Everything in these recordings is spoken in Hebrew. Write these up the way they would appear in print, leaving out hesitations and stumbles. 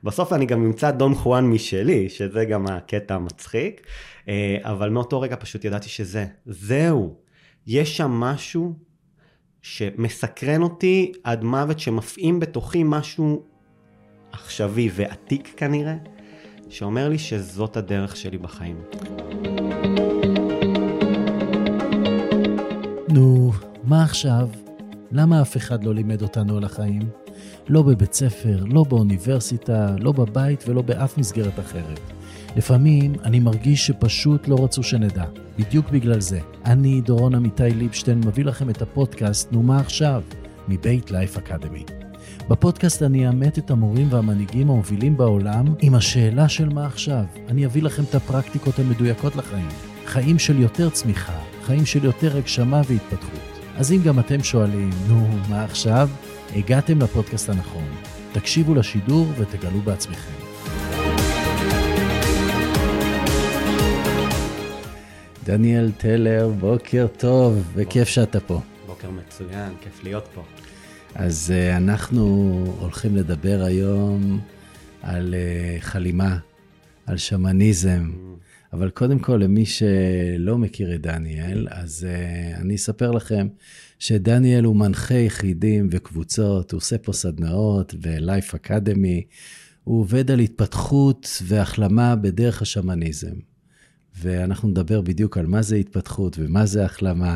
בסוף אני גם אמצא דון חואן משלי, שזה גם הקטע המצחיק, אבל מאותו רגע פשוט ידעתי זהו. יש שם משהו שמסקרן אותי עד מוות, שמפעים בתוכי משהו עכשווי ועתיק כנראה, שאומר לי שזאת הדרך שלי בחיים. נו, מה עכשיו? למה אף אחד לא לימד אותנו על החיים? לא בבית ספר, לא באוניברסיטה, לא בבית ולא באף מסגרת אחרת. לפעמים אני מרגיש שפשוט לא רצו שנדע. בדיוק בגלל זה. אני, דורון אמיתי ליבשטיין, מביא לכם את הפודקאסט נו מה עכשיו, מבית לייף אקדמי. בפודקאסט אני אאמת את המורים והמנהיגים המובילים בעולם עם השאלה של מה עכשיו. אני אביא לכם את הפרקטיקות המדויקות לחיים. חיים של יותר צמיחה, חיים של יותר הגשמה והתפתחות. אז אם גם אתם שואלים, נו, מה עכשיו? הגעתם לפודקאסט הנכון. תקשיבו לשידור ותגלו בעצמכם. דניאל טלר, בוקר טוב, וכיף שאתה פה. בוקר מצוין, כיף להיות פה. אז אנחנו הולכים לדבר היום על חלימה, על שמניזם. אבל קודם כל, למי שלא מכיר את דניאל, אז אני אספר לכם שדניאל הוא מנחה יחידים וקבוצות, הוא עושה פה סדנאות ולייף אקדמי, הוא עובד על התפתחות והחלמה בדרך השמניזם. ואנחנו נדבר בדיוק על מה זה התפתחות ומה זה החלמה.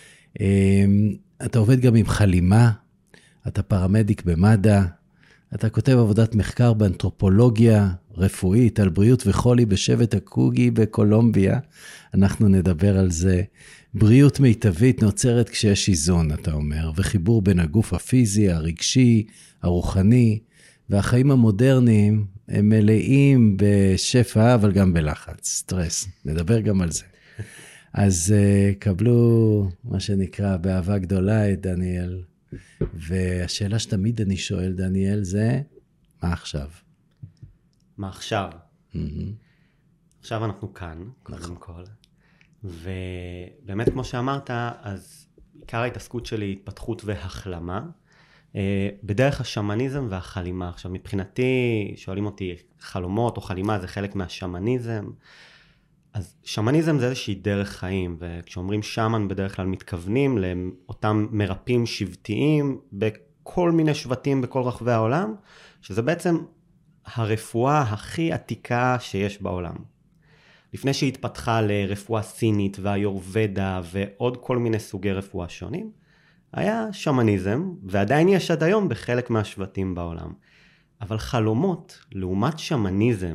אתה עובד גם עם חלימה, אתה פרמדיק במד"א, אתה כותב עבודת מחקר באנתרופולוגיה רפואית על בריאות וחולי בשבט הקוגי בקולומביה. אנחנו נדבר על זה. בריאות מיטבית נוצרת כשיש איזון, אתה אומר, וחיבור בין הגוף הפיזי, הרגשי, הרוחני, והחיים המודרניים הם מלאים בשפע, אבל גם בלחץ, סטרס. נדבר גם על זה. אז קבלו מה שנקרא באהבה גדולה את דניאל, והשאלה שתמיד אני שואל, דניאל, זה מה עכשיו? מה עכשיו? עכשיו אנחנו כאן, קודם כל. ובאמת, כמו שאמרת, אז עיקר ההתעסקות שלי היא התפתחות והחלמה, בדרך השמניזם והחלימה. עכשיו, מבחינתי, שואלים אותי, חלומות או חלימה זה חלק מהשמניזם. אז שמניזם זה איזושהי דרך חיים, וכשאומרים שמן בדרך כלל מתכוונים לאותם מרפאים שבטיים בכל מיני שבטים בכל רחבי העולם, שזה בעצם הרפואה הכי עתיקה שיש בעולם. לפני שהיא התפתחה לרפואה סינית והיורבדה ועוד כל מיני סוגי רפואה שונים, היה שמניזם, ועדיין יש עד היום בחלק מהשבטים בעולם. אבל חלומות, לעומת שמניזם,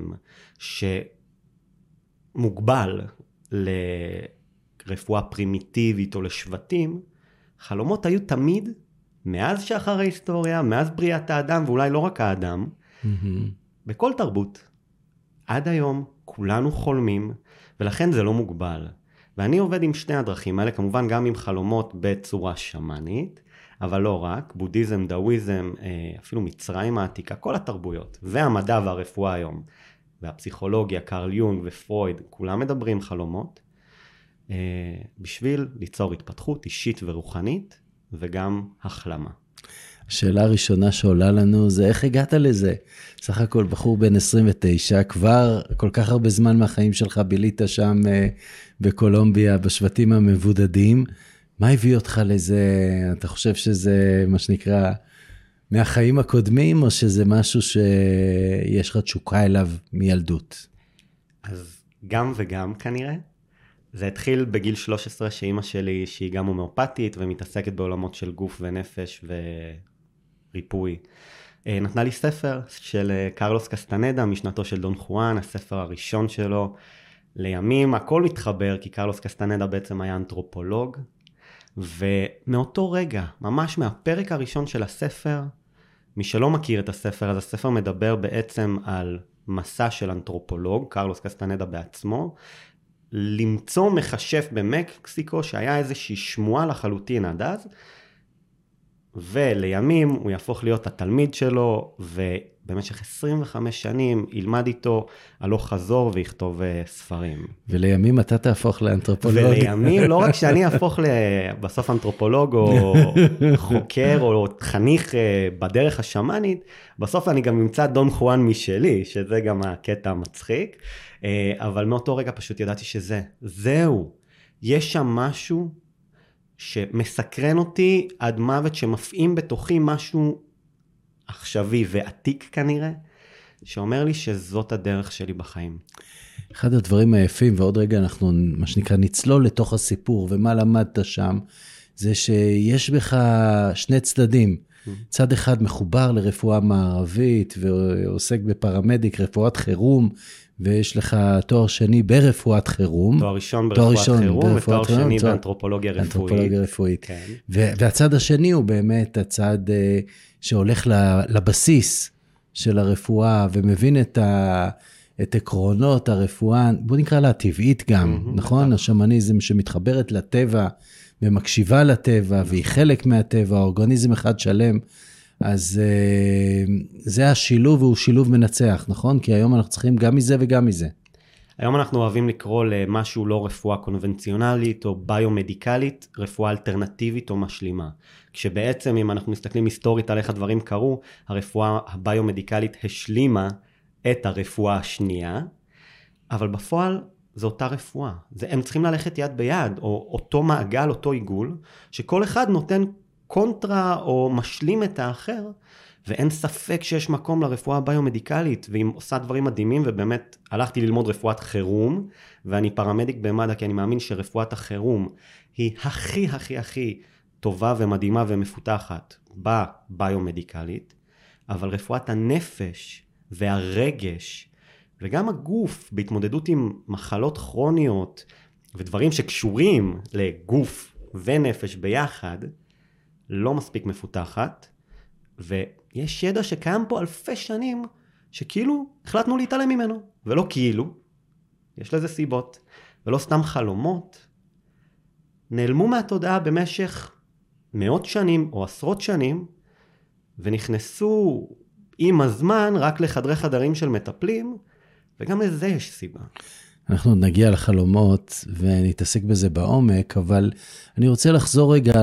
שמוגבל לרפואה פרימיטיבית או לשבטים, חלומות היו תמיד, מאז שחר ההיסטוריה, מאז בריאת האדם, ואולי לא רק האדם, בכל תרבות. עד היום כולנו חולמים, ולכן זה לא מוגבל. ואני עובד עם שני הדרכים האלה, כמובן גם עם חלומות בצורה שמנית, אבל לא רק, בודהיזם, דאוויזם, אפילו מצרים העתיקה, כל התרבויות, והמדע והרפואה היום, והפסיכולוגיה, קרל יונג ופרויד, כולם מדברים חלומות, בשביל ליצור התפתחות אישית ורוחנית, וגם החלמה. השאלה הראשונה שעולה לנו זה איך הגעת לזה? סך הכל בחור בן 29, כבר כל כך הרבה זמן מהחיים שלך בילית שם בקולומביה, בשבטים המבודדים. מה הביא אותך לזה? אתה חושב שזה מה שנקרא מהחיים הקודמים, או שזה משהו שיש לך תשוקה אליו מילדות? אז גם וגם כנראה. זה התחיל בגיל 13 שאימא שלי, שהיא גם הומאופתית ומתעסקת בעולמות של גוף ונפש וריפוי, נתנה לי ספר של קרלוס קסטנדה, משנתו של דון חואן, הספר הראשון שלו. לימים הכל התחבר, כי קרלוס קסטנדה בעצם היה אנתרופולוג, ומאותו רגע, ממש מהפרק הראשון של הספר, מי שלא מכיר את הספר, אז הספר מדבר בעצם על מסע של אנתרופולוג, קרלוס קסטנדה בעצמו, למצוא מכשף במקסיקו, שהיה איזושהי שמועה לחלוטין עד אז, ולימים הוא יהפוך להיות התלמיד שלו, ובמשך 25 שנים ילמד איתו הלוך חזור ויכתוב ספרים. ולימים אתה תהפוך לאנתרופולוג. ולימים, לא רק שאני אהפוך בסוף אנתרופולוג, או חוקר, או חניך בדרך השמאנית, בסוף אני גם אמצא דון חואן משלי, שזה גם הקטע המצחיק, אבל מאותו רגע פשוט ידעתי זהו. יש שם משהו שמסקרן אותי עד מוות, שמפעים בתוכי משהו עכשווי ועתיק כנראה, שאומר לי שזאת הדרך שלי בחיים. אחד הדברים היפים, ועוד רגע אנחנו, מה שנקרא, נצלול לתוך הסיפור, ומה למדת שם, זה שיש בך שני צדדים. צד אחד מחובר לרפואה מערבית, ועוסק בפרמדיק, רפואת חירום, ויש לך תואר שני ברפואת חירום. תואר ראשון ברפואת חירום, ותואר שני באנתרופולוגיה רפואית. אנתרופולוגיה רפואית. כן. והצד השני הוא באמת הצד שהולך לבסיס של הרפואה, ומבין את עקרונות הרפואה, בוא נקרא לה טבעית גם, נכון? השמניזם שמתחברת לטבע, ומקשיבה לטבע, והיא חלק מהטבע, האורגניזם אחד שלם, אז זה השילוב, והוא שילוב מנצח, נכון? כי היום אנחנו צריכים גם מזה וגם מזה. היום אנחנו אוהבים לקרוא למשהו לא רפואה קונבנציונלית או ביומדיקלית, רפואה אלטרנטיבית או משלימה. כשבעצם אם אנחנו מסתכלים היסטורית על איך הדברים קרו, הרפואה הביומדיקלית השלימה את הרפואה השנייה, אבל בפועל זו אותה רפואה. הם צריכים ללכת יד ביד, או אותו מעגל, אותו עיגול, שכל אחד נותן קונטרה או משלים את האחר, ואין ספק שיש מקום לרפואה הביומדיקלית, והיא עושה דברים מדהימים, ובאמת הלכתי ללמוד רפואת חירום, ואני פרמדיק במד"א, כי אני מאמין שרפואת החירום היא הכי הכי הכי טובה ומדהימה ומפותחת בביומדיקלית, אבל רפואת הנפש והרגש, וגם הגוף בהתמודדות עם מחלות כרוניות, ודברים שקשורים לגוף ונפש ביחד, לא מספיק מפותחת, ויש ידע שקיים פה אלפי שנים, שכאילו החלטנו להתעלם ממנו, ולא כאילו, יש לזה סיבות, ולא סתם חלומות, נעלמו מהתודעה במשך מאות שנים או עשרות שנים, ונכנסו עם הזמן רק לחדרי חדרים של מטפלים, וגם לזה יש סיבה. אנחנו נגיע לחלומות ונתעסק בזה בעומק, אבל אני רוצה לחזור רגע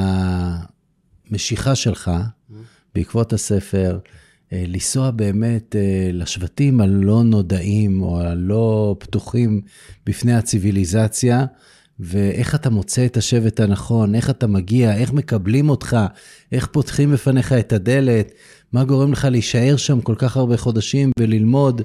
למשיכה שלך, בעקבות הספר, לנסוע באמת לשבטים הלא נודעים, או הלא פתוחים בפני הציביליזציה, ואיך אתה מוצא את השבט הנכון, איך אתה מגיע, איך מקבלים אותך, איך פותחים בפניך את הדלת, מה גורם לך להישאר שם כל כך הרבה חודשים וללמוד,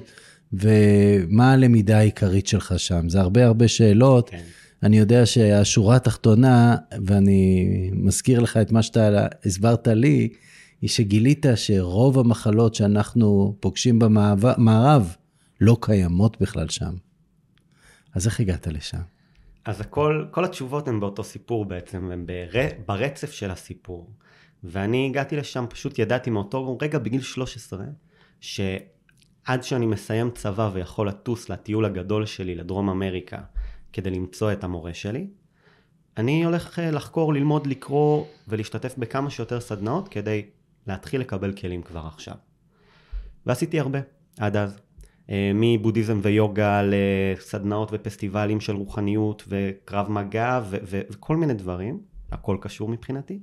ומה הלמידה העיקרית שלך שם. זה הרבה שאלות. כן. אני יודע שהשורה התחתונה, ואני מזכיר לך את מה שאתה הסברת לי, היא שגילית שרוב המחלות שאנחנו פוגשים במערב, לא קיימות בכלל שם. אז איך הגעת לשם? אז כל התשובות הן באותו סיפור בעצם, הן ברצף של הסיפור. ואני הגעתי לשם, פשוט ידעתי מאותו רגע בגיל 13, שעד שאני מסיים צבא ויכול לטוס לטיול הגדול שלי לדרום אמריקה, כדי למצוא את המורה שלי, אני הולך לחקור, ללמוד, לקרוא ולהשתתף בכמה שיותר סדנאות, כדי להתחיל לקבל כלים כבר עכשיו. ועשיתי הרבה, עד אז. מבודהיזם ויוגה לסדנאות ופסטיבלים של רוחניות וקרב מגע וכל מיני דברים, הכל קשור מבחינתי.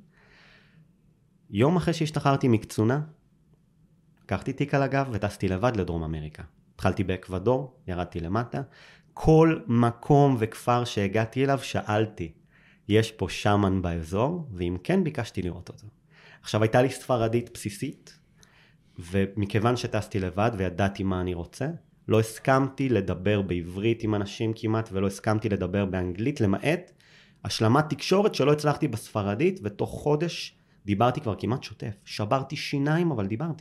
יום אחרי שהשתחררתי מקצונה, לקחתי תיק על הגב וטסתי לבד לדרום אמריקה. התחלתי באקוודור, ירדתי למטה, כל מקום וכפר שהגעתי אליו שאלתי, יש פה שמן באזור? ואם כן, ביקשתי לראות אותו. עכשיו הייתה לי ספרדית בסיסית, ומכיוון שטסתי לבד וידעתי מה אני רוצה, לא הסכמתי לדבר בעברית עם אנשים כמעט, ולא הסכמתי לדבר באנגלית, למעט השלמת תקשורת שלא הצלחתי בספרדית, ותוך חודש דיברתי כבר כמעט שוטף. שברתי שיניים, אבל דיברתי.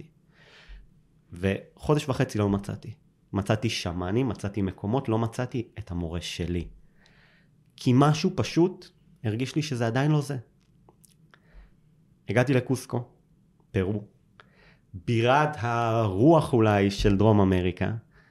וחודש וחצי לא מצאתי. מצאתי שמנים, מצאתי מקומות, לא מצאתי את המורה שלי. כי משהו פשוט הרגיש לי שזה עדיין לא זה. הגעתי לקוסקו, פרו, בירת הרוח אולי של דרום אמריקה.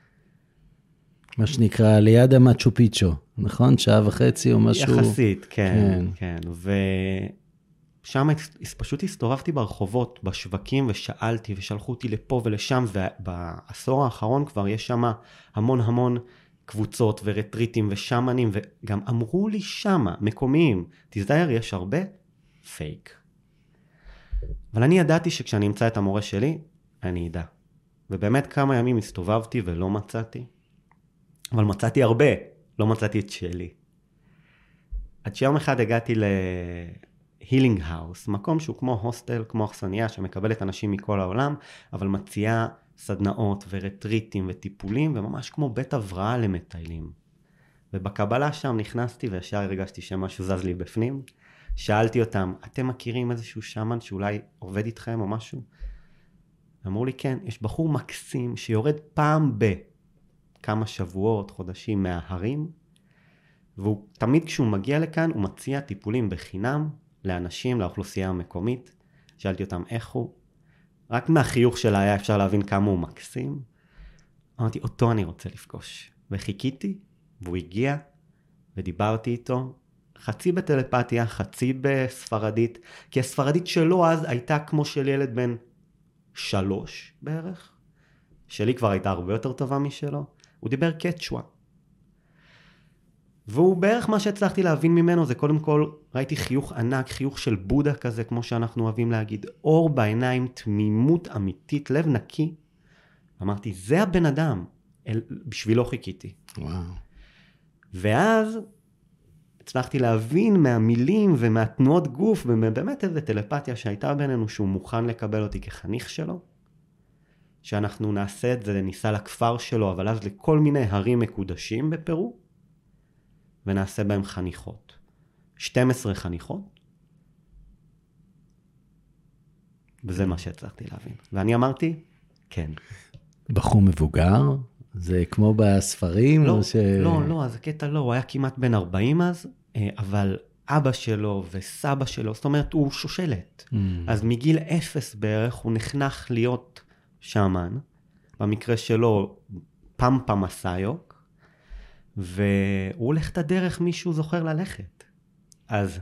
מה שנקרא ליד המצ'ו פיצ'ו, נכון? שעה וחצי או משהו? יחסית, כן. שם פשוט הסתובבתי ברחובות, בשווקים, ושאלתי, ושלחו אותי לפה ולשם, ובעשור האחרון כבר יש שם המון קבוצות ורטריטים ושמנים, וגם אמרו לי שמה, מקומיים, תזדהר, יש הרבה פייק. אבל אני ידעתי שכשאני אמצא את המורה שלי, אני ידע. ובאמת כמה ימים הסתובבתי ולא מצאתי, אבל מצאתי הרבה, לא מצאתי את שלי. עד שיום אחד הגעתי להילינג האוס, מקום שהוא כמו הוסטל, כמו אכסניה, שמקבלת אנשים מכל העולם, אבל מציעה סדנאות ורטריטים וטיפולים, וממש כמו בית הבראה למטיילים. ובקבלה שם נכנסתי וישר הרגשתי שמשהו זז לי בפנים. שאלתי אותם, אתם מכירים איזשהו שמן שאולי עובד איתכם או משהו? אמרו לי, כן, יש בחור מקסים שיורד פעם בכמה שבועות, חודשים מההרים, והוא תמיד כשהוא מגיע לכאן, הוא מציע טיפולים בחינם לאנשים, לאוכלוסייה המקומית. שאלתי אותם איך הוא. רק מהחיוך שלה היה אפשר להבין כמה הוא מקסים. אמרתי, אותו אני רוצה לפגוש. וחיכיתי, והוא הגיע, ודיברתי איתו, חצי בטלפתיה, חצי בספרדית, כי הספרדית שלו אז הייתה כמו של ילד בן 3 בערך. שלי כבר הייתה הרבה יותר טובה משלו. הוא דיבר קצ'ווה. והוא בערך מה שהצלחתי להבין ממנו, זה קודם כל, ראיתי חיוך ענק, חיוך של בודה כזה, כמו שאנחנו אוהבים להגיד, אור בעיניים, תמימות אמיתית, לב נקי. אמרתי, זה הבן אדם, בשבילו חיכיתי. וואו. ואז הצלחתי להבין מהמילים ומהתנועות גוף, ובאמת איזו טלפתיה שהייתה בינינו, שהוא מוכן לקבל אותי כחניך שלו, שאנחנו נעשה את זה, ניסה לכפר שלו, אבל אז לכל מיני הרים מקודשים בפרו, ונעשה בהם חניכות. 12 חניכות. וזה מה שהצלחתי להבין. ואני אמרתי, כן. בחור מבוגר? זה כמו בספרים? לא, או לא, אז הקטע לא, הוא היה כמעט בן 40 אז, אבל אבא שלו וסבא שלו, זאת אומרת, הוא שושלת. אז מגיל 0 בערך הוא נחנך להיות שמן, במקרה שלו פמפה מסיוק, והוא הולך את הדרך מישהו זוכר ללכת. אז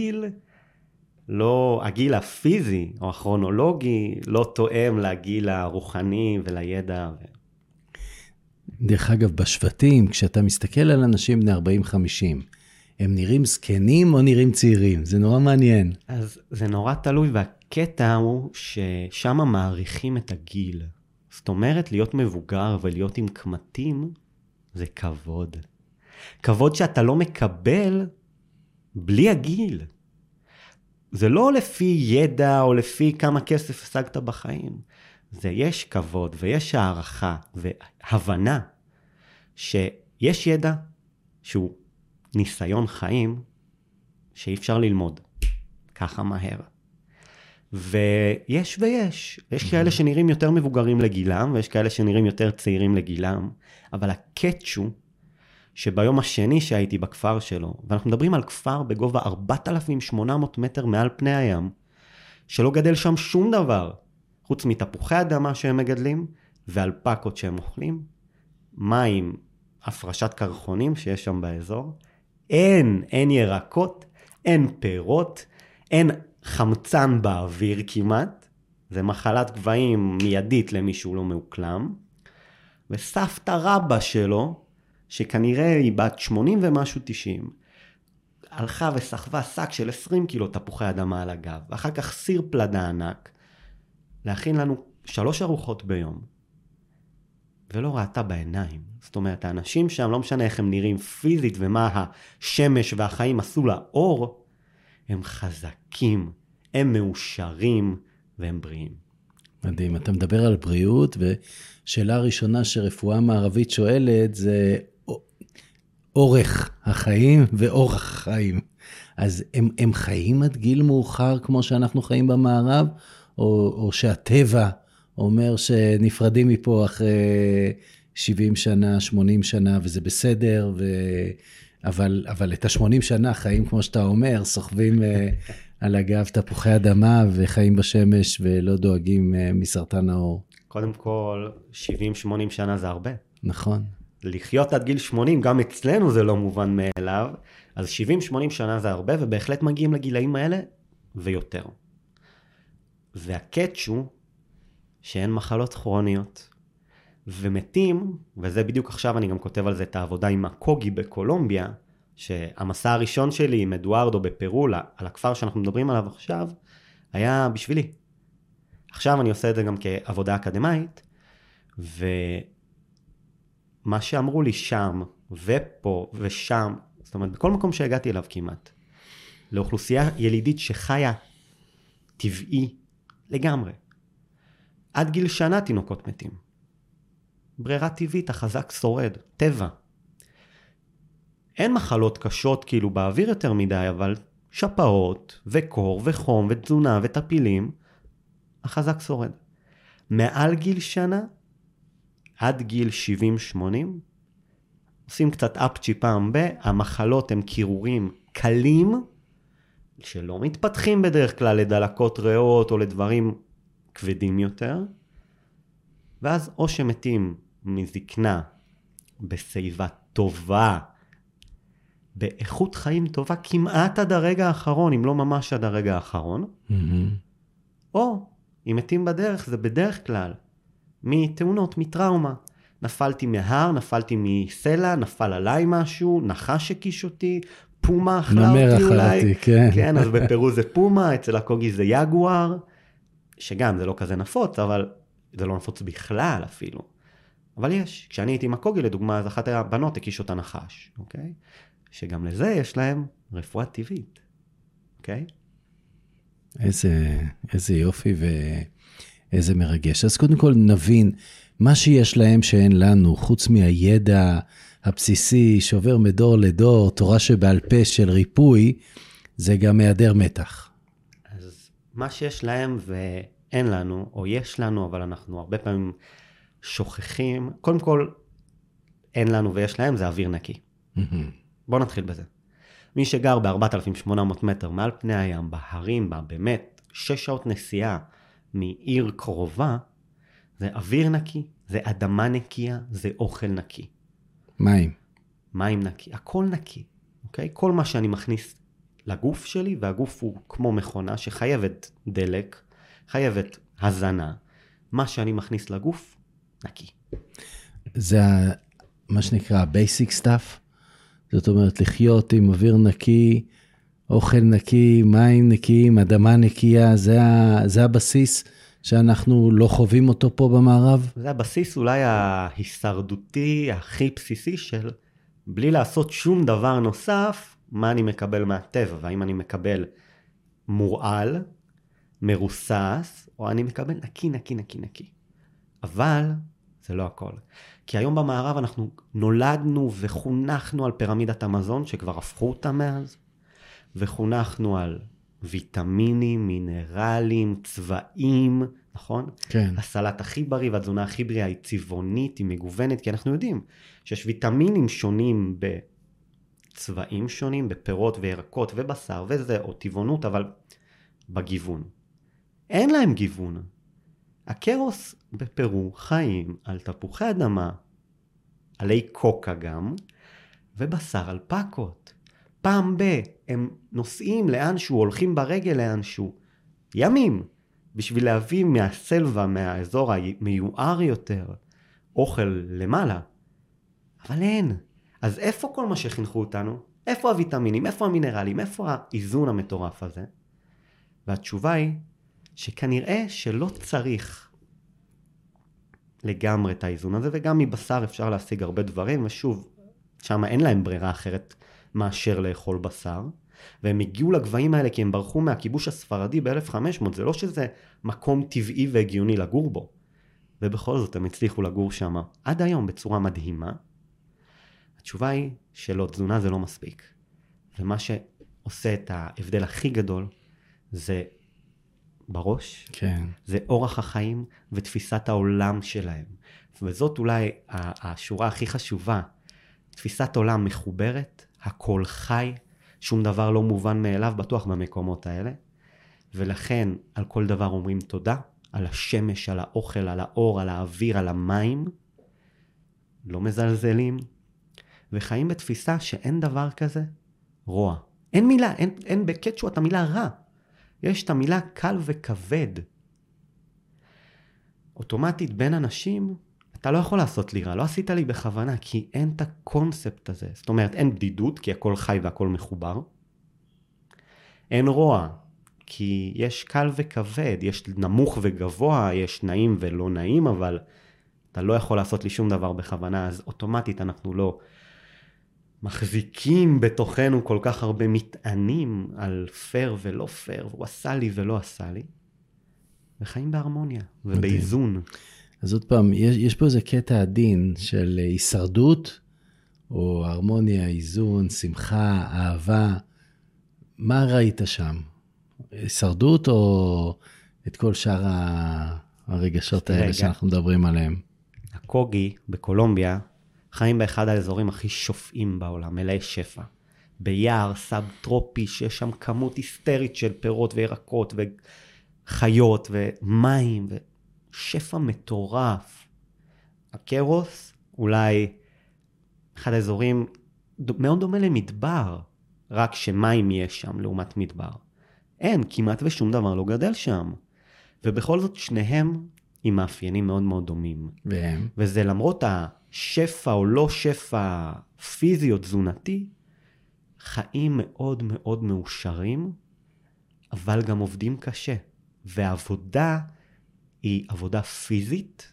הגיל הפיזי או הכרונולוגי לא תואם לגיל הרוחני ולידע. דרך אגב, בשבטים, כשאתה מסתכל על אנשים בני 40-50, הם נראים זקנים או נראים צעירים? זה נורא מעניין. אז זה נורא תלוי, והקטע הוא ששם מעריכים את הגיל. זאת אומרת, להיות מבוגר ולהיות עם קמטים, זה כבוד. כבוד שאתה לא מקבל בלי הגיל. זה לא לפי ידע או לפי כמה כסף השגת בחיים. זה יש כבוד ויש הערכה והבנה שיש ידע שהוא ניסיון חיים שאי אפשר ללמוד ככה מהר. ויש. יש כאלה שנראים יותר מבוגרים לגילם, ויש כאלה שנראים יותר צעירים לגילם, אבל הקטשו, שביום השני שהייתי בכפר שלו, ואנחנו מדברים על כפר בגובה 4,800 מטר מעל פני הים, שלא גדל שם שום דבר, חוץ מתפוחי אדמה שהם מגדלים, ואלפקות שהם אוכלים, מים, הפרשת קרחונים שיש שם באזור, אין ירקות, אין פירות, אין חמצן באוויר כמעט, זה מחלת גבהים מיידית למישהו לא מאוקלם, וסבתא רבא שלו, שכנראה היא בת 80 ומשהו 90, הלכה וסחבה שק של 20 קילו תפוחי אדמה על הגב, ואחר כך סיר פלדה ענק, להכין לנו 3 ארוחות ביום, ולא ראתה בעיניים. זאת אומרת, האנשים שם, לא משנה איך הם נראים פיזית, ומה השמש והחיים עשו לאור, הם חזקים, הם מאושרים, והם בריאים. מדהים, אתה מדבר על בריאות, ושאלה הראשונה שרפואה מערבית שואלת, זה אורך החיים ואורח החיים. אז הם חיים עד גיל מאוחר, כמו שאנחנו חיים במערב, או שהטבע אומר שנפרדים מפה אחרי 70 שנה, 80 שנה, וזה בסדר, אבל את ה-80 שנה חיים, כמו שאתה אומר, סוחבים על הגב תפוחי אדמה, וחיים בשמש, ולא דואגים מסרטן העור. קודם כל, 70-80 שנה זה הרבה. נכון. לחיות עד גיל 80, גם אצלנו זה לא מובן מאליו, אז 70-80 שנה זה הרבה, ובהחלט מגיעים לגילאים האלה ויותר. והקאץ' הוא שאין מחלות כרוניות. ומתים, וזה בדיוק עכשיו אני גם כותב על זה את העבודה עם הקוגי בקולומביה, שהמסע הראשון שלי עם אדוארדו בפרו, על הכפר שאנחנו מדברים עליו עכשיו, היה בשבילי. עכשיו אני עושה את זה גם כעבודה אקדמית, ומה שאמרו לי שם, ופה ושם, זאת אומרת, בכל מקום שהגעתי אליו כמעט, לאוכלוסייה ילידית שחיה טבעי לגמרי. עד גיל שנה תינוקות מתים. ברירה טבעית, החזק שורד, טבע. אין מחלות קשות כאילו באוויר יותר מדי, אבל שפעות וקור וחום ותזונה וטפילים, החזק שורד. מעל גיל שנה, עד גיל 70-80, עושים קצת אפצ'י פעם המחלות הם קירורים קלים, שלא מתפתחים בדרך כלל לדלקות ריאות או לדברים כבדים יותר, ואז או שמתים מזקנה בסביבה טובה, באיכות חיים טובה, כמעט עד הרגע האחרון, אם לא ממש עד הרגע האחרון, או אם מתים בדרך, זה בדרך כלל מתאונות, מטראומה. נפלתי מהר, נפלתי מסלע, נפל עליי משהו, נחש הקיש אותי, פומה אכלה אותי אולי. כן. כן, אז בפרו זה פומה, אצל הקוגי זה יגואר, שגם זה לא כזה נפוץ, אבל זה לא נפוץ בכלל אפילו. אבל יש, כשאני הייתי עם הקוגי לדוגמה, אז אחת הבנות הקיש אותה נחש, אוקיי? שגם לזה יש להם רפואה טבעית, אוקיי? איזה יופי ואיזה מרגש. אז קודם כל נבין, מה שיש להם שאין לנו, חוץ מהידע הבסיסי שעובר מדור לדור, תורה שבעל פה של ריפוי, זה גם היעדר מתח. אז מה שיש להם ואין לנו, או יש לנו, אבל אנחנו הרבה פעמים שוכחים, קודם כל, אין לנו ויש להם, זה אוויר נקי. בואו נתחיל בזה. מי שגר ב-4,800 מטר מעל פני הים, בהרים, באמת 6 שעות נסיעה מעיר קרובה, זה אוויר נקי, זה אדמה נקייה, זה אוכל נקי. מים נקי, הכל נקי, אוקיי? כל מה שאני מכניס לגוף שלי, והגוף הוא כמו מכונה שחייבת דלק, חייבת הזנה, מה שאני מכניס לגוף, נקי. זה מה שנקרא basic stuff, זאת אומרת לחיות עם אוויר נקי, אוכל נקי, מים נקיים, אדמה נקייה, זה הבסיס שאנחנו לא חווים אותו פה במערב? זה הבסיס אולי ההישרדותי הכי בסיסי של בלי לעשות שום דבר נוסף, מה אני מקבל מהטבע, והאם אני מקבל מורעל, מרוסס, או אני מקבל נקי, נקי, נקי, נקי. אבל זה לא הכל. כי היום במערב אנחנו נולדנו וחונכנו על פירמידת המזון, שכבר הפכו אותה מאז, וחונכנו על ויטמינים, מינרלים, צבעים, נכון? כן. הסלט הכי בריא והתזונה הכי בריאה היא צבעונית, היא מגוונת, כי אנחנו יודעים שיש ויטמינים שונים בצבעים שונים, בפירות וירקות ובשר וזה, או טבעונות, אבל בגיוון. אין להם גיוון. הקרוס בפרו חיים על תפוחי אדמה, עלי קוקה גם, ובשר על פקות. פעם הם נוסעים לאנשהו, הולכים ברגל לאנשהו, ימים, בשביל להביא מהסלווה, מהאזור המיוער יותר, אוכל למעלה. אבל אין. אז איפה כל מה שחינכו אותנו? איפה הוויטמינים? איפה המינרלים? איפה האיזון המטורף הזה? והתשובה היא שכנראה שלא צריך לגמרי את האיזון הזה, וגם מבשר אפשר להשיג הרבה דברים, ושוב, שם אין להם ברירה אחרת מאשר לאכול בשר, והם הגיעו לגבהים האלה כי הם ברחו מהכיבוש הספרדי ב-1500, זה לא שזה מקום טבעי והגיוני לגור בו, ובכל זאת הם הצליחו לגור שם עד היום בצורה מדהימה. התשובה היא שלא, תזונה זה לא מספיק, ומה שעושה את ההבדל הכי גדול זה בראש, כן. זה אורח החיים ותפיסת העולם שלהם, וזאת אולי השורה הכי חשובה, תפיסת עולם מחוברת, הכל חי, שום דבר לא מובן מאליו, בטוח במקומות האלה, ולכן על כל דבר אומרים תודה, על השמש, על האוכל, על האור, על האוויר, על המים, לא מזלזלים, וחיים בתפיסה שאין דבר כזה רוע. אין מילה, אין בקצ'ו את המילה רע. יש את המילה קל וכבד. אוטומטית בין אנשים, אתה לא יכול לעשות לי רע, לא עשית לי בכוונה, כי אין את הקונספט הזה. זאת אומרת, אין בדידות, כי הכל חי והכל מחובר. אין רוע, כי יש קל וכבד, יש נמוך וגבוה, יש נעים ולא נעים, אבל אתה לא יכול לעשות לי שום דבר בכוונה, אז אוטומטית אנחנו לא מחזיקים בתוכנו כל כך הרבה מטענים על פייר ולא פייר, והוא עשה לי ולא עשה לי, וחיים בהרמוניה ובאיזון. אז עוד פעם, יש פה איזה קטע עדין של הישרדות, או הרמוניה, איזון, שמחה, אהבה. מה ראית שם? הישרדות או את כל שאר הרגשות האלה שאנחנו מדברים עליהם? הקוגי בקולומביה חיים באחד האזורים הכי שופעים בעולם, מלאי שפע. ביער סאב-טרופי, שיש שם כמות היסטרית של פירות וירקות וחיות ומים ושפע מטורף. הקרוס אולי אחד האזורים מאוד דומה למדבר, רק שמים יש שם לעומת מדבר. אין, כמעט ושום דבר לא גדל שם. ובכל זאת שניהם עם מאפיינים מאוד מאוד דומים. והם? וזה למרות השפע או לא שפע פיזי או תזונתי, חיים מאוד מאוד מאושרים, אבל גם עובדים קשה. והעבודה היא עבודה פיזית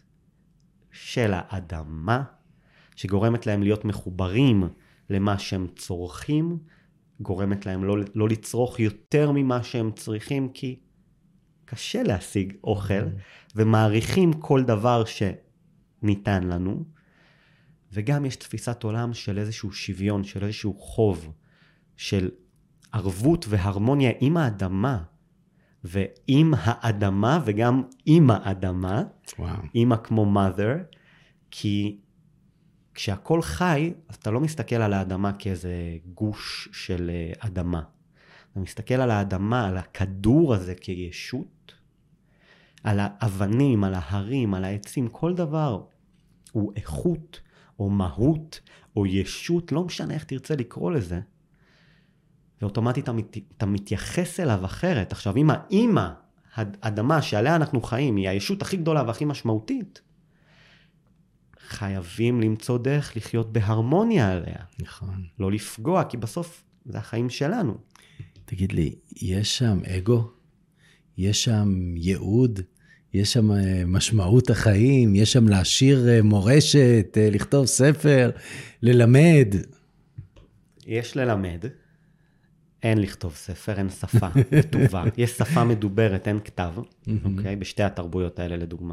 של האדמה, שגורמת להם להיות מחוברים למה שהם צורכים, גורמת להם לא לצרוך יותר ממה שהם צריכים, כי קשה להשיג אוכל, ומעריכים כל דבר שניתן לנו, וגם יש תפיסת עולם של איזשהו שוויון, של איזשהו חוב, של ערבות והרמוניה עם האדמה, ועם האדמה, וגם עם האדמה, אימא כמו mother, כי כשהכל חי, אז אתה לא מסתכל על האדמה כאיזה גוש של אדמה. אתה מסתכל על האדמה, על הכדור הזה כישות, על האבנים, על ההרים, על העצים, כל דבר הוא איכות, או מהות, או ישות, לא משנה איך תרצה לקרוא לזה. ואוטומטית אתה מתייחס אליו אחרת. עכשיו, אם האמא, האדמה שעליה אנחנו חיים, היא הישות הכי גדולה והכי משמעותית, חייבים למצוא דרך לחיות בהרמוניה עליה. נכון. לא לפגוע, כי בסוף זה החיים שלנו. תגיד לי, יש שם אגו? יש שם ייעוד? יש שם משמעות החיים? יש שם להשאיר מורשת, לכתוב ספר, ללמד? יש ללמד. אין לכתוב ספר, אין שפה כתובה. יש שפה מדוברת, אין כתב. אוקיי? בשתי התרבויות האלה לדוגמה.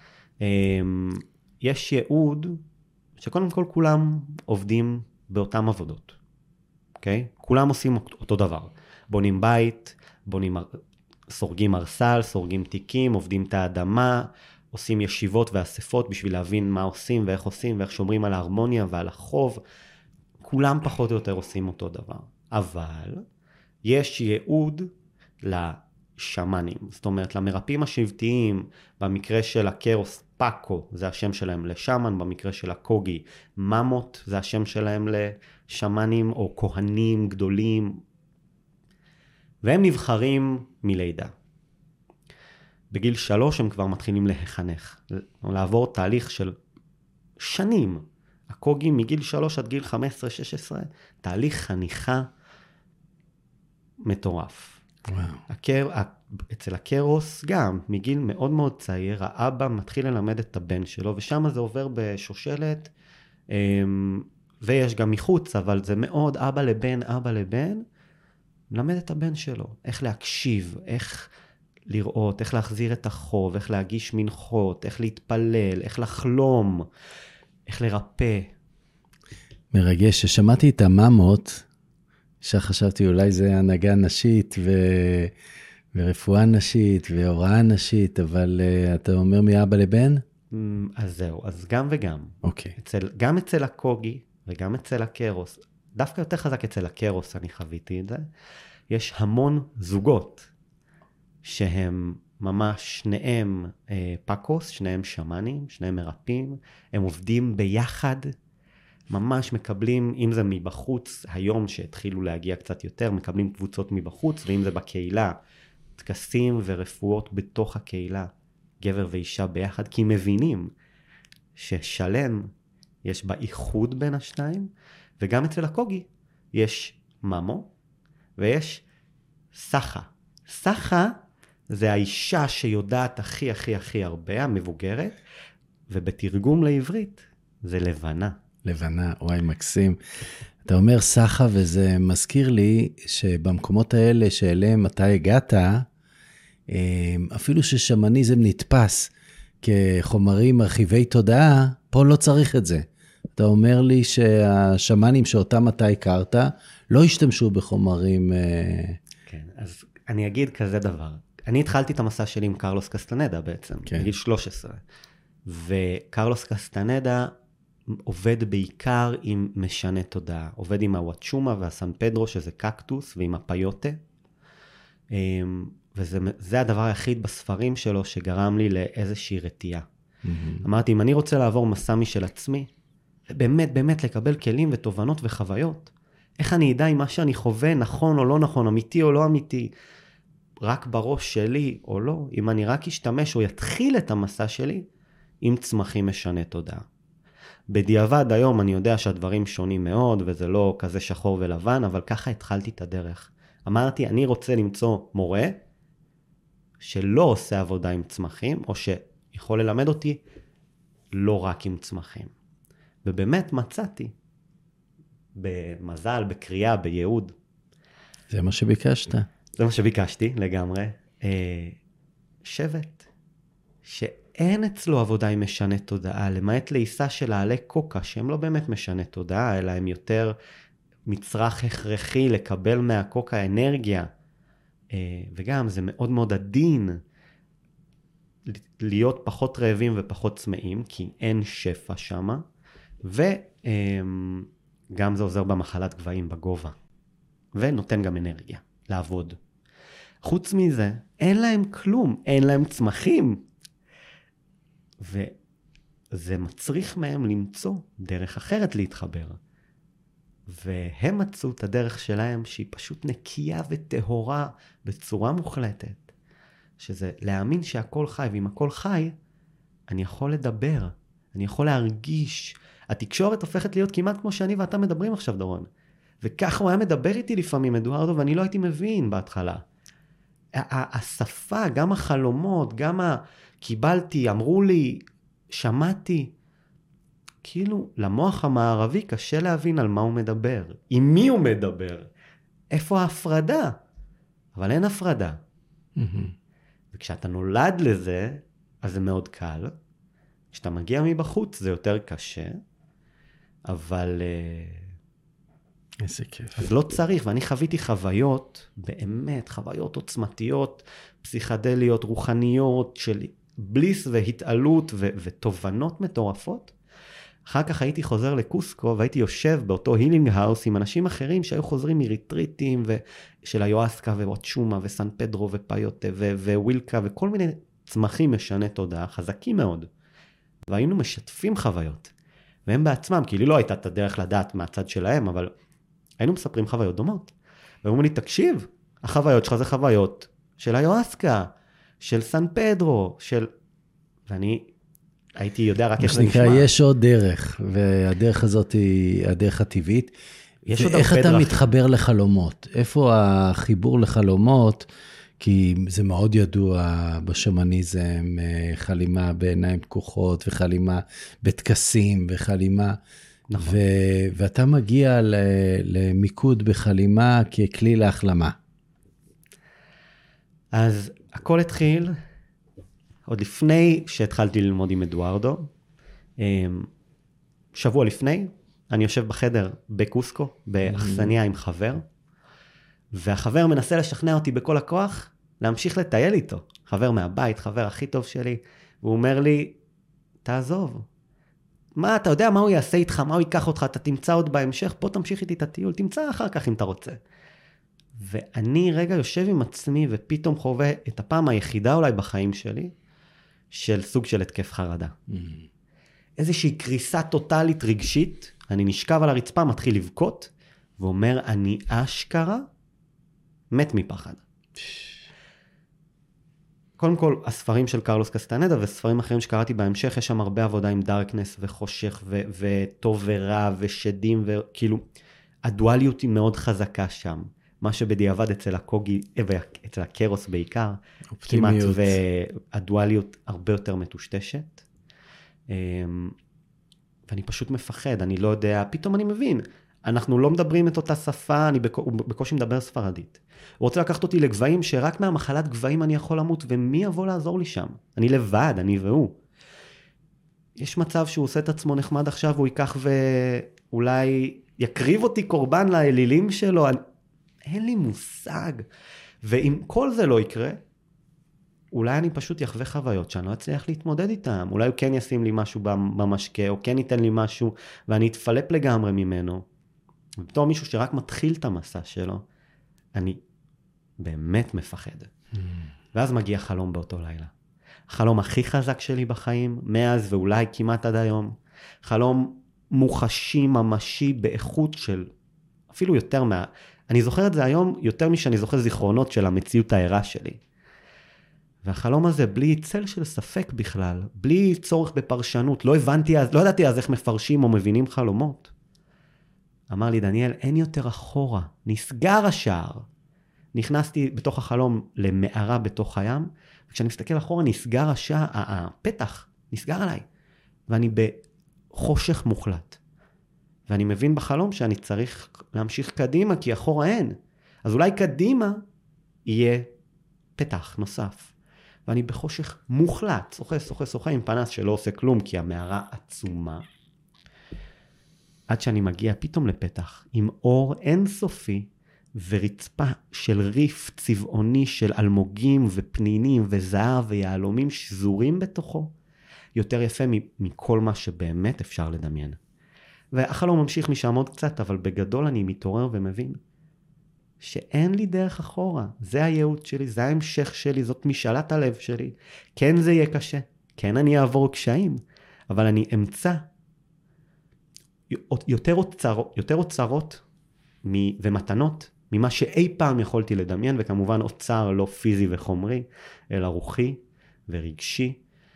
יש ייעוד שקודם כל כולם עובדים באותם עבודות. אוקיי? כולם עושים אותו דבר. בונים בית, סורגים ארסל, סורגים תיקים, עובדים את האדמה, עושים ישיבות ואספות בשביל להבין מה עושים ואיך עושים ואיך שומרים על ההרמוניה ועל החוב. כולם פחות או יותר עושים אותו דבר. אבל יש ייעוד לשמנים, זאת אומרת למרפאים השבטיים, במקרה של הקרוס פאקו, זה השם שלהם לשמן, במקרה של הקוגי ממות, זה השם שלהם לשמנים או כהנים גדולים, והם נבחרים מלידה. בגיל 3 הם כבר מתחילים להיחנך, לעבור תהליך של שנים. הקוגי מגיל 3 עד גיל 15-16, תהליך חניכה מטורף. וואו. אצל הקרוס גם, מגיל מאוד מאוד צעיר, האבא מתחיל ללמד את הבן שלו, ושם זה עובר בשושלת, ויש גם מחוץ, אבל זה מאוד אבא לבן, מלמד את הבן שלו, איך להקשיב, איך לראות, איך להחזיר את החוב, איך להגיש מנחות, איך להתפלל, איך לחלום, איך לרפא. מרגש, ששמעתי את הממות, שחשבתי אולי זה הנהגה נשית ורפואה נשית והוראה נשית, אבל אתה אומר מאבא לבן? אז זהו, אז גם וגם. אוקיי. גם אצל הקוגי וגם אצל הקרוס, דווקא יותר חזק אצל הקרוס, אני חוויתי את זה, יש המון זוגות שהם ממש שניהם פאקוס, שניהם שמנים, שניהם מרפאים, הם עובדים ביחד, ממש מקבלים, אם זה מבחוץ, היום שהתחילו להגיע קצת יותר, מקבלים קבוצות מבחוץ, ואם זה בקהילה, טקסים ורפואות בתוך הקהילה, גבר ואישה ביחד, כי מבינים ששלם יש בה איחוד בין השניים, וגם אצל הקוגי יש ממו ויש סחה. סחה זה האישה שיודעת הכי הכי הכי הרבה, המבוגרת, ובתרגום לעברית זה לבנה. לבנה, וואי מקסים. אתה אומר סחה, וזה מזכיר לי שבמקומות האלה שאליהם אתה הגעת, אפילו ששמניזם נתפס כחומרים מרחיבי תודעה, פה לא צריך את זה. אתה אומר לי שהשמנים שאותם אתה הכרת, לא השתמשו בחומרים... כן, אז אני אגיד כזה דבר. אני התחלתי את המסע שלי עם קרלוס קסטנדה בעצם, בגיל 13. וקרלוס קסטנדה עובד בעיקר עם משנה תודעה. עובד עם הוואצ'ומה והסן פדרו, שזה קקטוס, ועם הפיוטה. וזה הדבר היחיד בספרים שלו שגרם לי לאיזושהי רתיעה. אמרתי, אם אני רוצה לעבור מסע משל עצמי, ובאמת באמת לקבל כלים ותובנות וחוויות, איך אני אדע אם מה שאני חווה נכון או לא נכון, אמיתי או לא אמיתי, רק בראש שלי או לא, אם אני רק אשתמש או יתחיל את המסע שלי, עם צמחים משנה תודעה. בדיעבד היום אני יודע שהדברים שונים מאוד, וזה לא כזה שחור ולבן, אבל ככה התחלתי את הדרך. אמרתי, אני רוצה למצוא מורה, שלא עושה עבודה עם צמחים, או שיכול ללמד אותי לא רק עם צמחים. ובאמת מצאתי, במזל, בקריאה, בייעוד. זה מה שביקשת. זה מה שביקשתי לגמרי. שבט, שאין אצלו עבודה עם משנה תודעה, למעט לעיסה של העלי קוקה, שהם לא באמת משנה תודעה, אלא הם יותר מצרך הכרחי לקבל מהקוקה אנרגיה. וגם זה מאוד מאוד עדין להיות פחות רעבים ופחות צמאים, כי אין שפע שמה, וגם זה עוזר במחלת גבהים בגובה, ונותן גם אנרגיה לעבוד. חוץ מזה, אין להם כלום, אין להם צמחים, וזה מצריך מהם למצוא דרך אחרת להתחבר. והם מצאו את הדרך שלהם שהיא פשוט נקייה וטהורה בצורה מוחלטת. שזה להאמין שהכל חי, ואם הכל חי, אני יכול לדבר, אני יכול להרגיש. התקשורת הופכת להיות כמעט כמו שאני ואתה מדברים עכשיו, דורון. וככה הוא היה מדבר איתי לפעמים, אדוארדו, ואני לא הייתי מבין בהתחלה. השפה, גם החלומות, גם קיבלתי, אמרו לי, שמעתי, כאילו למוח המערבי קשה להבין על מה הוא מדבר, עם מי הוא מדבר, איפה ההפרדה, אבל אין הפרדה. וכשאתה נולד לזה, אז זה מאוד קל, כשאתה מגיע מבחוץ זה יותר קשה, אבל איזה כיף. אז לא צריך, ואני חוויתי חוויות, באמת חוויות עוצמתיות, פסיכדליות, רוחניות, של בליס והתעלות ותובנות מטורפות. אחר כך הייתי חוזר לקוסקו, והייתי יושב באותו הילינג האוס עם אנשים אחרים שהיו חוזרים מריטריטים של היואסקה ווואצ'ומה וסן פדרו ופיוטה ווילקה וכל מיני צמחים משנה תודעה, חזקים מאוד. והיינו משתפים חוויות. והם בעצמם, כי לי לא הייתה את הדרך לדעת מהצד שלהם, אבל היינו מספרים חוויות דומות. ואומרים לי, תקשיב, החוויות שלך זה חוויות של היואסקה, של סן פדרו, ואני הייתי יודע רק איך זה נשמע. יש עוד דרך, והדרך הזאת היא הדרך הטבעית. יש עוד הרבה איך אתה דרכים. מתחבר לחלומות? איפה החיבור לחלומות? כי זה מאוד ידוע בשמניזם, חלימה בעיניים פקוחות, וחלימה בטקסים, וחלימה... נכון. ואתה מגיע למיקוד בחלימה ככלי להחלמה. אז הכל התחיל עוד לפני שהתחלתי ללמוד עם אדוארדו. שבוע לפני, אני יושב בחדר בקוסקו, באכסניה עם חבר, והחבר מנסה לשכנע אותי בכל הכוח להמשיך לטייל איתו. חבר מהבית, חבר הכי טוב שלי, והוא אומר לי, תעזוב. מה, אתה יודע מה הוא יעשה איתך, מה הוא ייקח אותך, אתה תמצא עוד בהמשך, פה תמשיך איתי את הטיול, תמצא אחר כך אם אתה רוצה. ואני רגע יושב עם עצמי ופתאום חווה את הפעם היחידה אולי בחיים שלי, של סוג של התקף חרדה. איזושהי קריסה טוטלית רגשית, אני נשכב על הרצפה, מתחיל לבכות, ואומר, אני אשכרה מת מפחד. קודם כל, הספרים של קרלוס קסטנדה וספרים אחרים שקראתי בהמשך, יש שם הרבה עבודה עם דארקנס וחושך וטוב ורע ושדים, וכאילו, הדואליות היא מאוד חזקה שם. מה שבדיעבד אצל הקוגי, אצל הקרוס בעיקר, כמעט, והדואליות הרבה יותר מטושטשת. ואני פשוט מפחד, אני לא יודע, פתאום אני מבין, אנחנו לא מדברים את אותה שפה, אני בקושי מדבר ספרדית. הוא רוצה לקחת אותי לגבעים שרק מהמחלת גבעים אני יכול למות, ומי יבוא לעזור לי שם? אני לבד, אני והוא. יש מצב שהוא עושה את עצמו נחמד עכשיו, הוא ייקח ואולי יקריב אותי קורבן לאלילים שלו, אין לי מושג. ואם כל זה לא יקרה, אולי אני פשוט יחווה חוויות שאני לא אצליח להתמודד איתם. אולי הוא כן ישים לי משהו במשקה, או כן ייתן לי משהו, ואני אתפלפ לגמרי ממנו. ובתור מישהו שרק מתחיל את המסע שלו, אני באמת מפחד. ואז מגיע חלום באותו לילה. החלום הכי חזק שלי בחיים, מאז ואולי כמעט עד היום. חלום מוחשי, ממשי, באיכות של, אפילו יותר אני זוכר את זה היום יותר משאני זוכר זיכרונות של המציאות הערה שלי. והחלום הזה בלי צל של ספק בכלל, בלי צורך בפרשנות, לא ידעתי אז איך מפרשים או מבינים חלומות. אמר לי דניאל, אין יותר אחורה, נסגר השער. נכנסתי בתוך החלום למערה בתוך הים, וכשאני מסתכל אחורה נסגר השער, הפתח נסגר עליי, ואני בחושך מוחלט. ואני מבין בחלום שאני צריך להמשיך קדימה, כי אחורה אין. אז אולי קדימה יהיה פתח נוסף. ואני בחושך מוחלט, שוחה עם פנס שלא עושה כלום, כי המערה עצומה. עד שאני מגיע פתאום לפתח, עם אור אינסופי, ורצפה של ריף צבעוני של אלמוגים ופנינים וזהב ויעלומים שזורים בתוכו, יותר יפה מכל מה שבאמת אפשר לדמיין. והחלום ממשיך משם עוד קצת, אבל בגדול אני מתעורר ומבין שאין לי דרך אחורה. זה הייעוד שלי, זה ההמשך שלי, זאת משאלת הלב שלי. כן זה יהיה קשה, כן אני אעבור קשיים, אבל אני אמצא יותר אוצרות ומתנות ממה שאי פעם יכולתי לדמיין, וכמובן אוצר לא פיזי וחומרי, אלא רוחי ורגשי.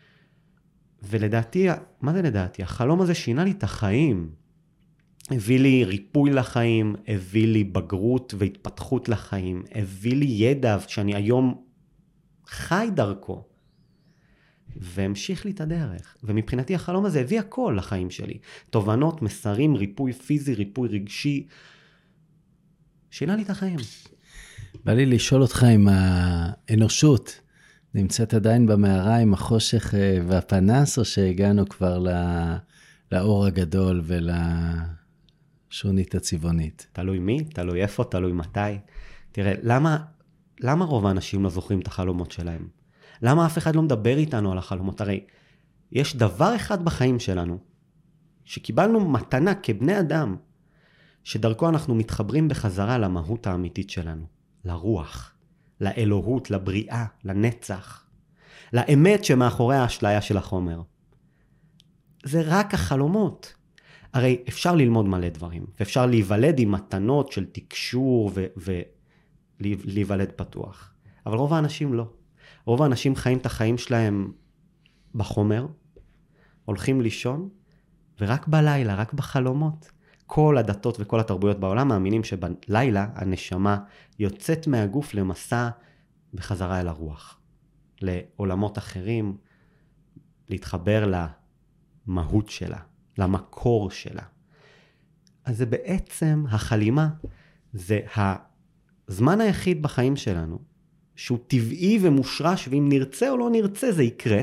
ולדעתי, מה זה לדעתי? החלום הזה שינה לי את החיים. הביא לי ריפוי לחיים, הביא לי בגרות והתפתחות לחיים, הביא לי ידע שאני היום חי דרכו, והמשיך לי את הדרך. ומבחינתי החלום הזה הביא הכל לחיים שלי. תובנות, מסרים, ריפוי פיזי, ריפוי רגשי, שינה לי את החיים. בא לי לשאול אותך אם האנושות נמצאת עדיין במערה עם החושך והפנס, או שהגענו כבר לאור הגדול ולשונית הצבעונית? תלוי מי, תלוי איפה, תלוי מתי. תראה, למה רוב האנשים לא זוכרים את החלומות שלהם? למה אף אחד לא מדבר איתנו על החלומות? הרי יש דבר אחד בחיים שלנו, שקיבלנו מתנה כבני אדם, שדרכו אנחנו מתחברים בחזרה למהות האמיתית שלנו, לרוח, לאלוהות, לבריאה, לנצח, לאמת שמאחורי האשליה של החומר. זה רק החלומות. הרי אפשר ללמוד מלא דברים, ואפשר להיוולד עם מתנות של תקשור ולהיוולד פתוח. אבל רוב האנשים לא. רוב האנשים חיים את החיים שלהם בחומר, הולכים לישון, ורק בלילה, רק בחלומות. כל הדתות וכל התרבויות בעולם מאמינים שבלילה הנשמה יוצאת מהגוף למסע בחזרה אל הרוח. לעולמות אחרים, להתחבר למהות שלה, למקור שלה. אז זה בעצם החלימה, זה הזמן היחיד בחיים שלנו, שהוא טבעי ומושרש, ואם נרצה או לא נרצה זה יקרה,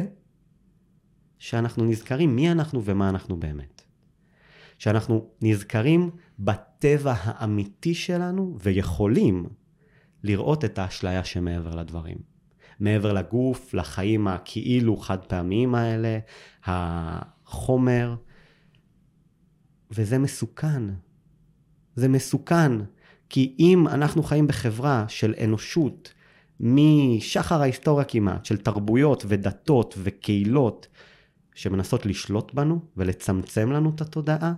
שאנחנו נזכרים מי אנחנו ומה אנחנו באמת. שאנחנו נזכרים בטבע האמיתי שלנו, ויכולים לראות את האשליה שמעבר לדברים. מעבר לגוף, לחיים הכאילו חד פעמיים האלה, החומר, וזה מסוכן. זה מסוכן, כי אם אנחנו חיים בחברה של אנושות, משחר ההיסטוריה כמעט, של תרבויות ודתות וקהילות, שמנסות לשלוט בנו ולצמצם לנו את התודעה,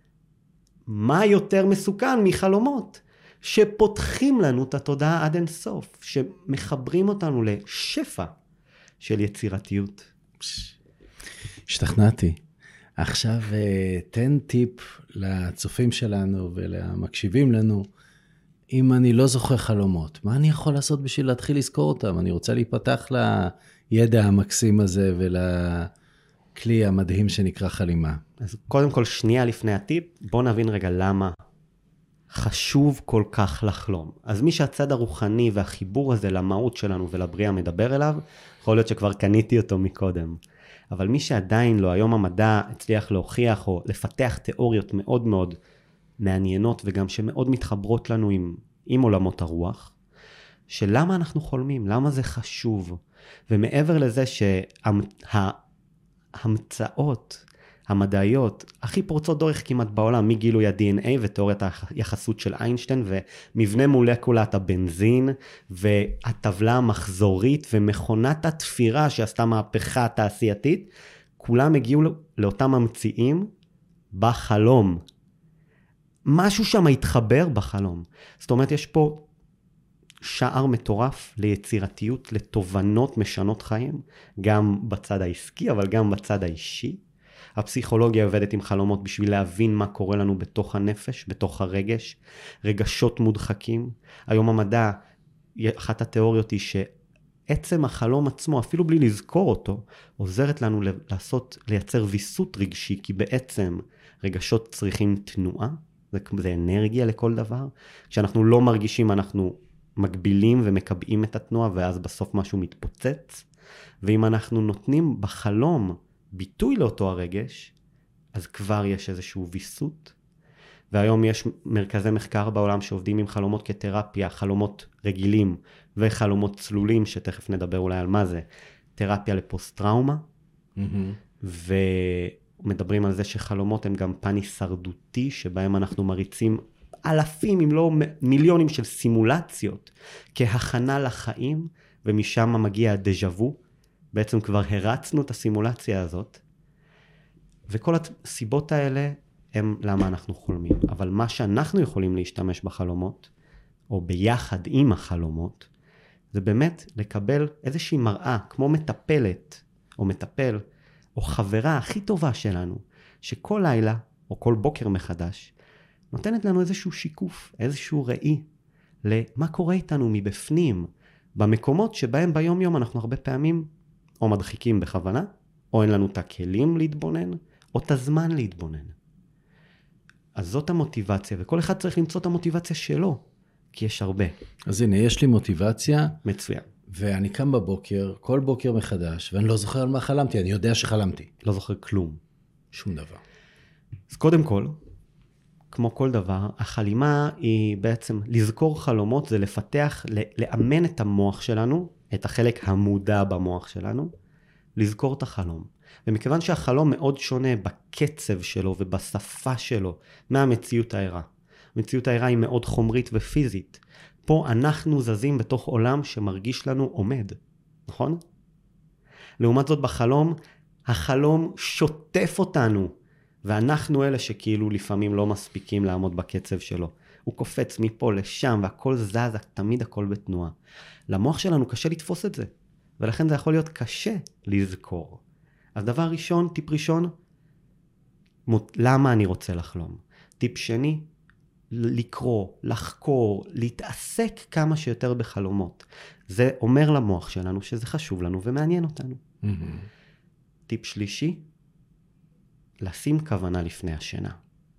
מה יותר מסוכן מחלומות שפותחים לנו את התודעה עד אין סוף, שמחברים אותנו לשפע, של יצירתיות. השתכנעתי. עכשיו תן טיפ לצופים שלנו ולמקשיבים לנו, אם אני לא זוכר חלומות, מה אני יכול לעשות בשביל להתחיל לזכור אותם? אני רוצה להיפתח לידע המקסים הזה ולכלי המדהים שנקרא חלימה. אז קודם כל, שנייה לפני הטיפ, בוא נבין רגע למה חשוב כל כך לחלום. אז מי שהצד הרוחני והחיבור הזה למהות שלנו ולבריאה מדבר אליו, יכול להיות שכבר קניתי אותו מקודם. אבל מי שעדיין לא, היום המדע הצליח להוכיח או לפתח תיאוריות מאוד מאוד מעניינות, וגם שמאוד מתחברות לנו עם עולמות הרוח, שלמה אנחנו חולמים, למה זה חשוב. ומעבר לזה שההמצאות המדעיות הכי פורצות דורך כמעט בעולם, מגילוי ה-DNA ותיאוריית היחסות של איינשטיין, ומבנה מולקולת הבנזין, והטבלה המחזורית, ומכונת התפירה שעשתה מהפכה התעשייתית, כולם הגיעו לאותם ממציאים בחלום. משהו שם התחבר בחלום. זאת אומרת, יש פה שער מטורף ליצירתיות, לתובנות משנות חיים, גם בצד העסקי, אבל גם בצד האישי. הפסיכולוגיה עובדת עם חלומות בשביל להבין מה קורה לנו בתוך הנפש, בתוך הרגש, רגשות מודחקים. היום המדע, אחת התיאוריות היא שעצם החלום עצמו, אפילו בלי לזכור אותו, עוזרת לנו לייצר ויסות רגשי, כי בעצם רגשות צריכים תנועה, זה אנרגיה לכל דבר. כשאנחנו לא מרגישים, אנחנו מגבילים ומקבעים את התנועה, ואז בסוף משהו מתפוצץ. ואם אנחנו נותנים בחלום ביטוי לאותו הרגש, אז כבר יש איזשהו ויסות. והיום יש מרכזי מחקר בעולם שעובדים עם חלומות כתרפיה, חלומות רגילים וחלומות צלולים, שתכף נדבר אולי על מה זה, תרפיה לפוסט-טראומה, ומדברים על זה שחלומות הם גם פן הישרדותי, שבהם אנחנו מריצים אלפים, אם לא מיליונים של סימולציות, כהכנה לחיים, ומשם מגיע הדז'ה-וו, בעצם כבר הרצנו את הסימולציה הזאת, וכל הסיבות האלה הם למה אנחנו חולמים. אבל מה שאנחנו יכולים להשתמש בחלומות, או ביחד עם החלומות, זה באמת לקבל איזושהי מראה, כמו מטפלת, או מטפל, או חברה הכי טובה שלנו, שכל לילה, או כל בוקר מחדש, נותנת לנו איזשהו שיקוף, איזשהו ראי, למה קורה איתנו מבפנים, במקומות שבהם ביום יום אנחנו הרבה פעמים, או מדחיקים בכוונה, או אין לנו את הכלים להתבונן, או את הזמן להתבונן. אז זאת המוטיבציה, וכל אחד צריך למצוא את המוטיבציה שלו, כי יש הרבה. אז הנה, יש לי מוטיבציה. מצוין. ואני קם בבוקר, כל בוקר מחדש, ואני לא זוכר על מה חלמתי, אני יודע שחלמתי. לא זוכר כלום. שום דבר. אז קודם כל, כמו כל דבר, החלימה היא בעצם לזכור חלומות, זה לפתח, לאמן את המוח שלנו, את החלק המודע במוח שלנו, לזכור את החלום. ומכיוון שהחלום מאוד שונה בקצב שלו ובשפה שלו מהמציאות הערה. המציאות הערה היא מאוד חומרית ופיזית. פה אנחנו זזים בתוך עולם שמרגיש לנו עומד, נכון? לעומת זאת בחלום, החלום שוטף אותנו, ואנחנו אלה שכאילו לפעמים לא מספיקים לעמוד בקצב שלו. הוא קופץ מפה לשם והכל זז, תמיד הכל בתנועה. למוח שלנו קשה לתפוס את זה, ולכן זה יכול להיות קשה לזכור. אז דבר ראשון, טיפ ראשון, למה אני רוצה לחלום? טיפ שני, לקרוא, לחקור, להתעסק כמה שיותר בחלומות. זה אומר למוח שלנו שזה חשוב לנו ומעניין אותנו. טיפ שלישי, לשים כוונה לפני השינה.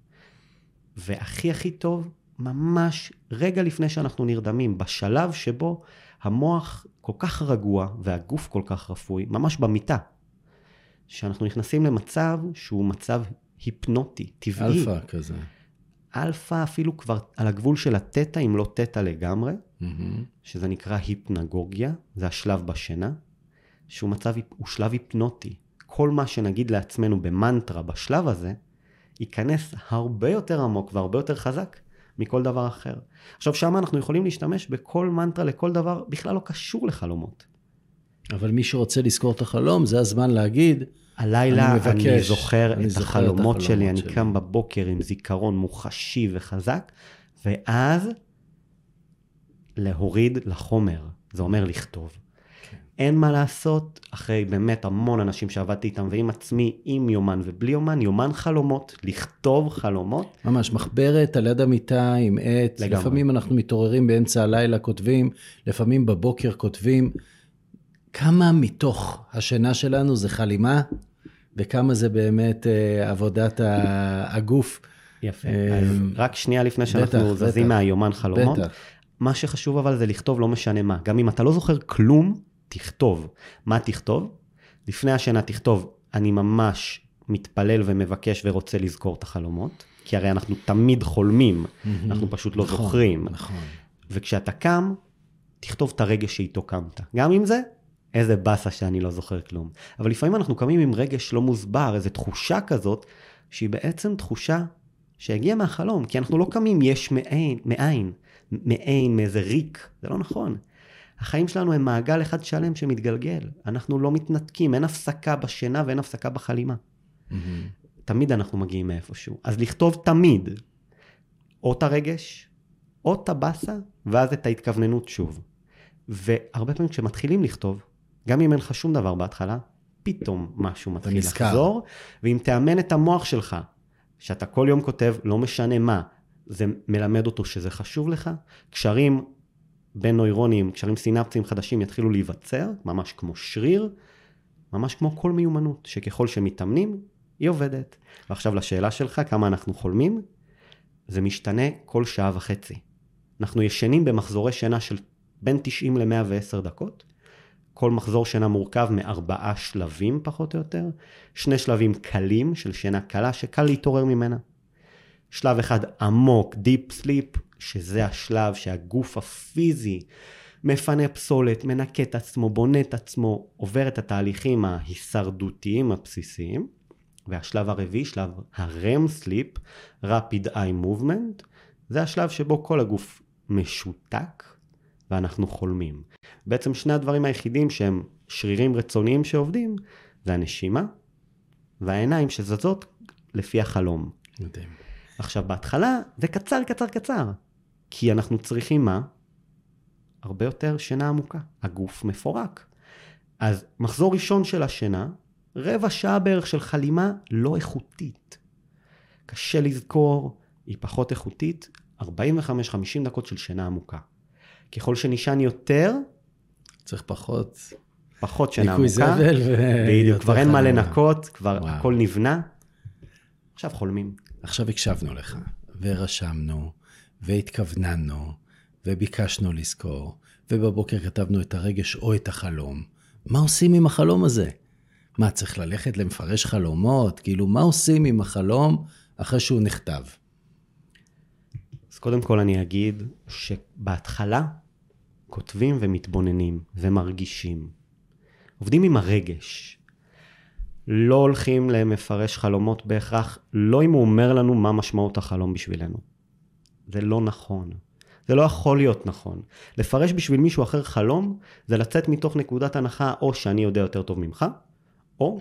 והכי הכי טוב, ממש רגע לפני שאנחנו נרדמים, בשלב שבו המוח כל כך רגוע והגוף כל כך רפוי, ממש במיטה, שאנחנו נכנסים למצב שהוא מצב היפנוטי, טבעי. אלפא כזה. אלפא אפילו כבר על הגבול של הטטה, אם לא טטה לגמרי, שזה נקרא היפנגוגיה, זה השלב בשינה, שהוא שלב היפנוטי. כל מה שנגיד לעצמנו במנטרה בשלב הזה, ייכנס הרבה יותר עמוק והרבה יותר חזק מכל דבר אחר. עכשיו שם אנחנו יכולים להשתמש בכל מנטרה לכל דבר, בכלל לא קשור לחלומות. אבל מי שרוצה לזכור את החלום, זה הזמן להגיד, הלילה אני זוכר את החלומות שלי, אני קם בבוקר עם זיכרון מוחשי וחזק, ואז להוריד לחומר, זה אומר לכתוב. אין מה לעשות, אחרי באמת המון אנשים שעבדתי איתם, ועם עצמי, עם יומן ובלי יומן, יומן חלומות, לכתוב חלומות. ממש, מחברת על יד המיטה עם עט, לגמרי. לפעמים אנחנו מתעוררים באמצע הלילה כותבים, לפעמים בבוקר כותבים, כמה מתוך השינה שלנו זה חלימה, וכמה זה באמת עבודת הגוף. יפה, אז רק שנייה לפני שאנחנו זזים מהיומן חלומות, מה שחשוב אבל זה לכתוב לא משנה מה, גם אם אתה לא זוכר כלום, תכתוב. מה תכתוב? לפני השינה תכתוב, אני ממש מתפלל ומבקש ורוצה לזכור את החלומות, כי הרי אנחנו תמיד חולמים, אנחנו פשוט לא זוכרים. נכון. וכשאתה קם, תכתוב את הרגש שאיתו קמת. גם עם זה, איזה בסה שאני לא זוכר כלום. אבל לפעמים אנחנו קמים עם רגש לא מוסבר, איזו תחושה כזאת, שהיא בעצם תחושה שהגיעה מהחלום, כי אנחנו לא קמים יש מאין, מאיזה ריק, זה לא נכון. החיים שלנו הם מעגל אחד שלם שמתגלגל, אנחנו לא מתנתקים, אין הפסקה בשינה ואין הפסקה בחלימה. תמיד אנחנו מגיעים מאיפשהו. אז לכתוב תמיד, או את הרגש, או את הבסה, ואז את ההתכווננות שוב. והרבה פעמים כשמתחילים לכתוב, גם אם אין לך שום דבר בהתחלה, פתאום משהו מתחיל לחזור, ואם תאמן את המוח שלך, שאתה כל יום כותב, לא משנה מה, זה מלמד אותו שזה חשוב לך, קשרים בין נוירונים, קשרים סינפטיים חדשים יתחילו להיווצר, ממש כמו שריר, ממש כמו כל מיומנות, שככל שמתאמנים, היא עובדת. ועכשיו לשאלה שלך, כמה אנחנו חולמים, זה משתנה כל שעה וחצי. אנחנו ישנים במחזורי שינה של בין 90 ל-110 דקות, כל מחזור שינה מורכב מ4 שלבים פחות או יותר, 2 שלבים קלים של שינה קלה שקל להתעורר ממנה. שלב אחד עמוק, דיפ סליפ, שזה השלב שהגוף הפיזי מפנה פסולת, מנקה את עצמו, בונה את עצמו, עובר את התהליכים ההישרדותיים הבסיסיים, והשלב הרביעי, שלב ה-REM sleep, rapid eye movement, זה השלב שבו כל הגוף משותק, ואנחנו חולמים. בעצם שני הדברים היחידים שהם שרירים רצוניים שעובדים, זה הנשימה, והעיניים שזזות לפי החלום. מדהים. עכשיו, בהתחלה זה קצר, כי אנחנו צריכים מה? הרבה יותר שינה עמוקה. הגוף מפורק. אז מחזור ראשון של השינה, 15 שעה בערך של חלימה לא איכותית. קשה לזכור, היא פחות איכותית, 45-50 דקות של שינה עמוקה. ככל שנשען יותר, צריך פחות שינה ניקוי עמוקה. זבל בדיוק, כבר אין מה לנקות, כבר הכל נבנה. עכשיו חולמים. עכשיו הקשבנו לך, ורשמנו, והתכווננו, וביקשנו לזכור, ובבוקר כתבנו את הרגש או את החלום. מה עושים עם החלום הזה? מה, צריך ללכת למפרש חלומות? כאילו, מה עושים עם החלום אחרי שהוא נכתב? אז קודם כל אני אגיד שבהתחלה כותבים ומתבוננים ומרגישים. עובדים עם הרגש. לא הולכים למפרש חלומות בהכרח, לא אם הוא אומר לנו מה משמעות החלום בשבילנו. זה לא נכון. זה לא יכול להיות נכון. לפרש בשביל מישהו אחר חלום, זה לצאת מתוך נקודת הנחה, או שאני יודע יותר טוב ממך, או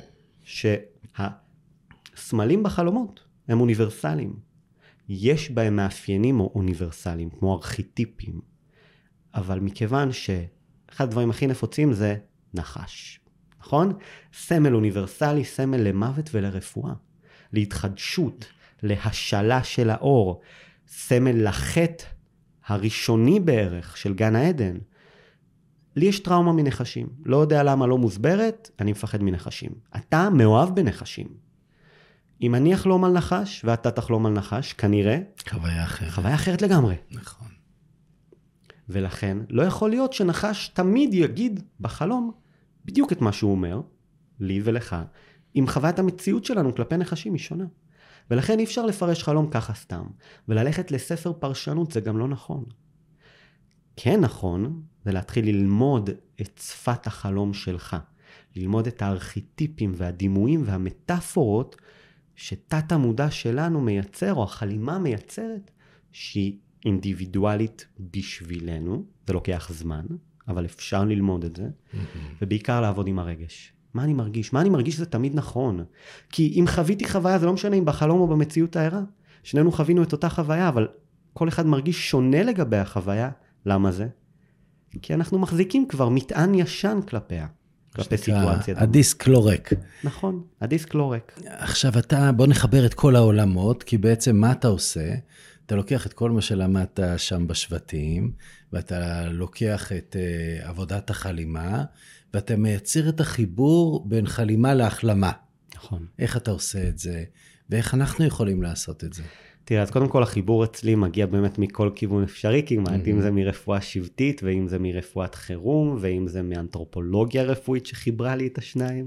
שהסמלים בחלומות הם אוניברסליים. יש בהם מאפיינים אוניברסליים, כמו ארכיטיפים. אבל מכיוון שאחד הדברים הכי נפוצים זה נחש. נכון? סמל אוניברסלי, סמל למוות ולרפואה. להתחדשות, להשלה של האור. סמל לחטא הראשוני בערך של גן העדן. לי יש טראומה מנחשים. לא יודע למה לא מוסברת, אני מפחד מנחשים. אתה מאוהב בנחשים. אם אני אחלום על נחש ואתה תחלום על נחש, כנראה חוויה אחרת לגמרי. נכון. ולכן לא יכול להיות שנחש תמיד יגיד בחלום בדיוק את מה שהוא אומר, לי ולך, אם חוויית המציאות שלנו כלפי נחשים היא שונה. ולכן אי אפשר לפרש חלום ככה סתם, וללכת לספר פרשנות זה גם לא נכון. כן נכון, זה להתחיל ללמוד את שפת החלום שלך, ללמוד את הארכיטיפים והדימויים והמטאפורות שתת המודע שלנו מייצר, או החלימה מייצרת, שהיא אינדיבידואלית בשבילנו, זה לוקח זמן, אבל אפשר ללמוד את זה, ובעיקר לעבוד עם הרגש. מה אני מרגיש? מה אני מרגיש זה תמיד נכון. כי אם חוויתי חוויה, זה לא משנה אם בחלום או במציאות הערה. שנינו חווינו את אותה חוויה, אבל כל אחד מרגיש שונה לגבי החוויה. למה זה? כי אנחנו מחזיקים כבר מטען ישן כלפיה, כלפי סיטואציה. הדיסק לא ריק. נכון, הדיסק לא ריק. עכשיו בוא נחבר את כל העולמות, כי בעצם מה אתה עושה? אתה לוקח את כל מה שלמדת שם בשבטים, ואתה לוקח את עבודת החלימה, ואתה מייצר את החיבור בין חלימה להחלמה. נכון. איך אתה עושה את זה, ואיך אנחנו יכולים לעשות את זה? תראה, אז קודם כל החיבור אצלי מגיע באמת מכל כיוון אפשרי, כי אם זה מרפואה שבטית, ואם זה מרפואת חירום, ואם זה מאנתרופולוגיה רפואית שחיברה לי את השניים.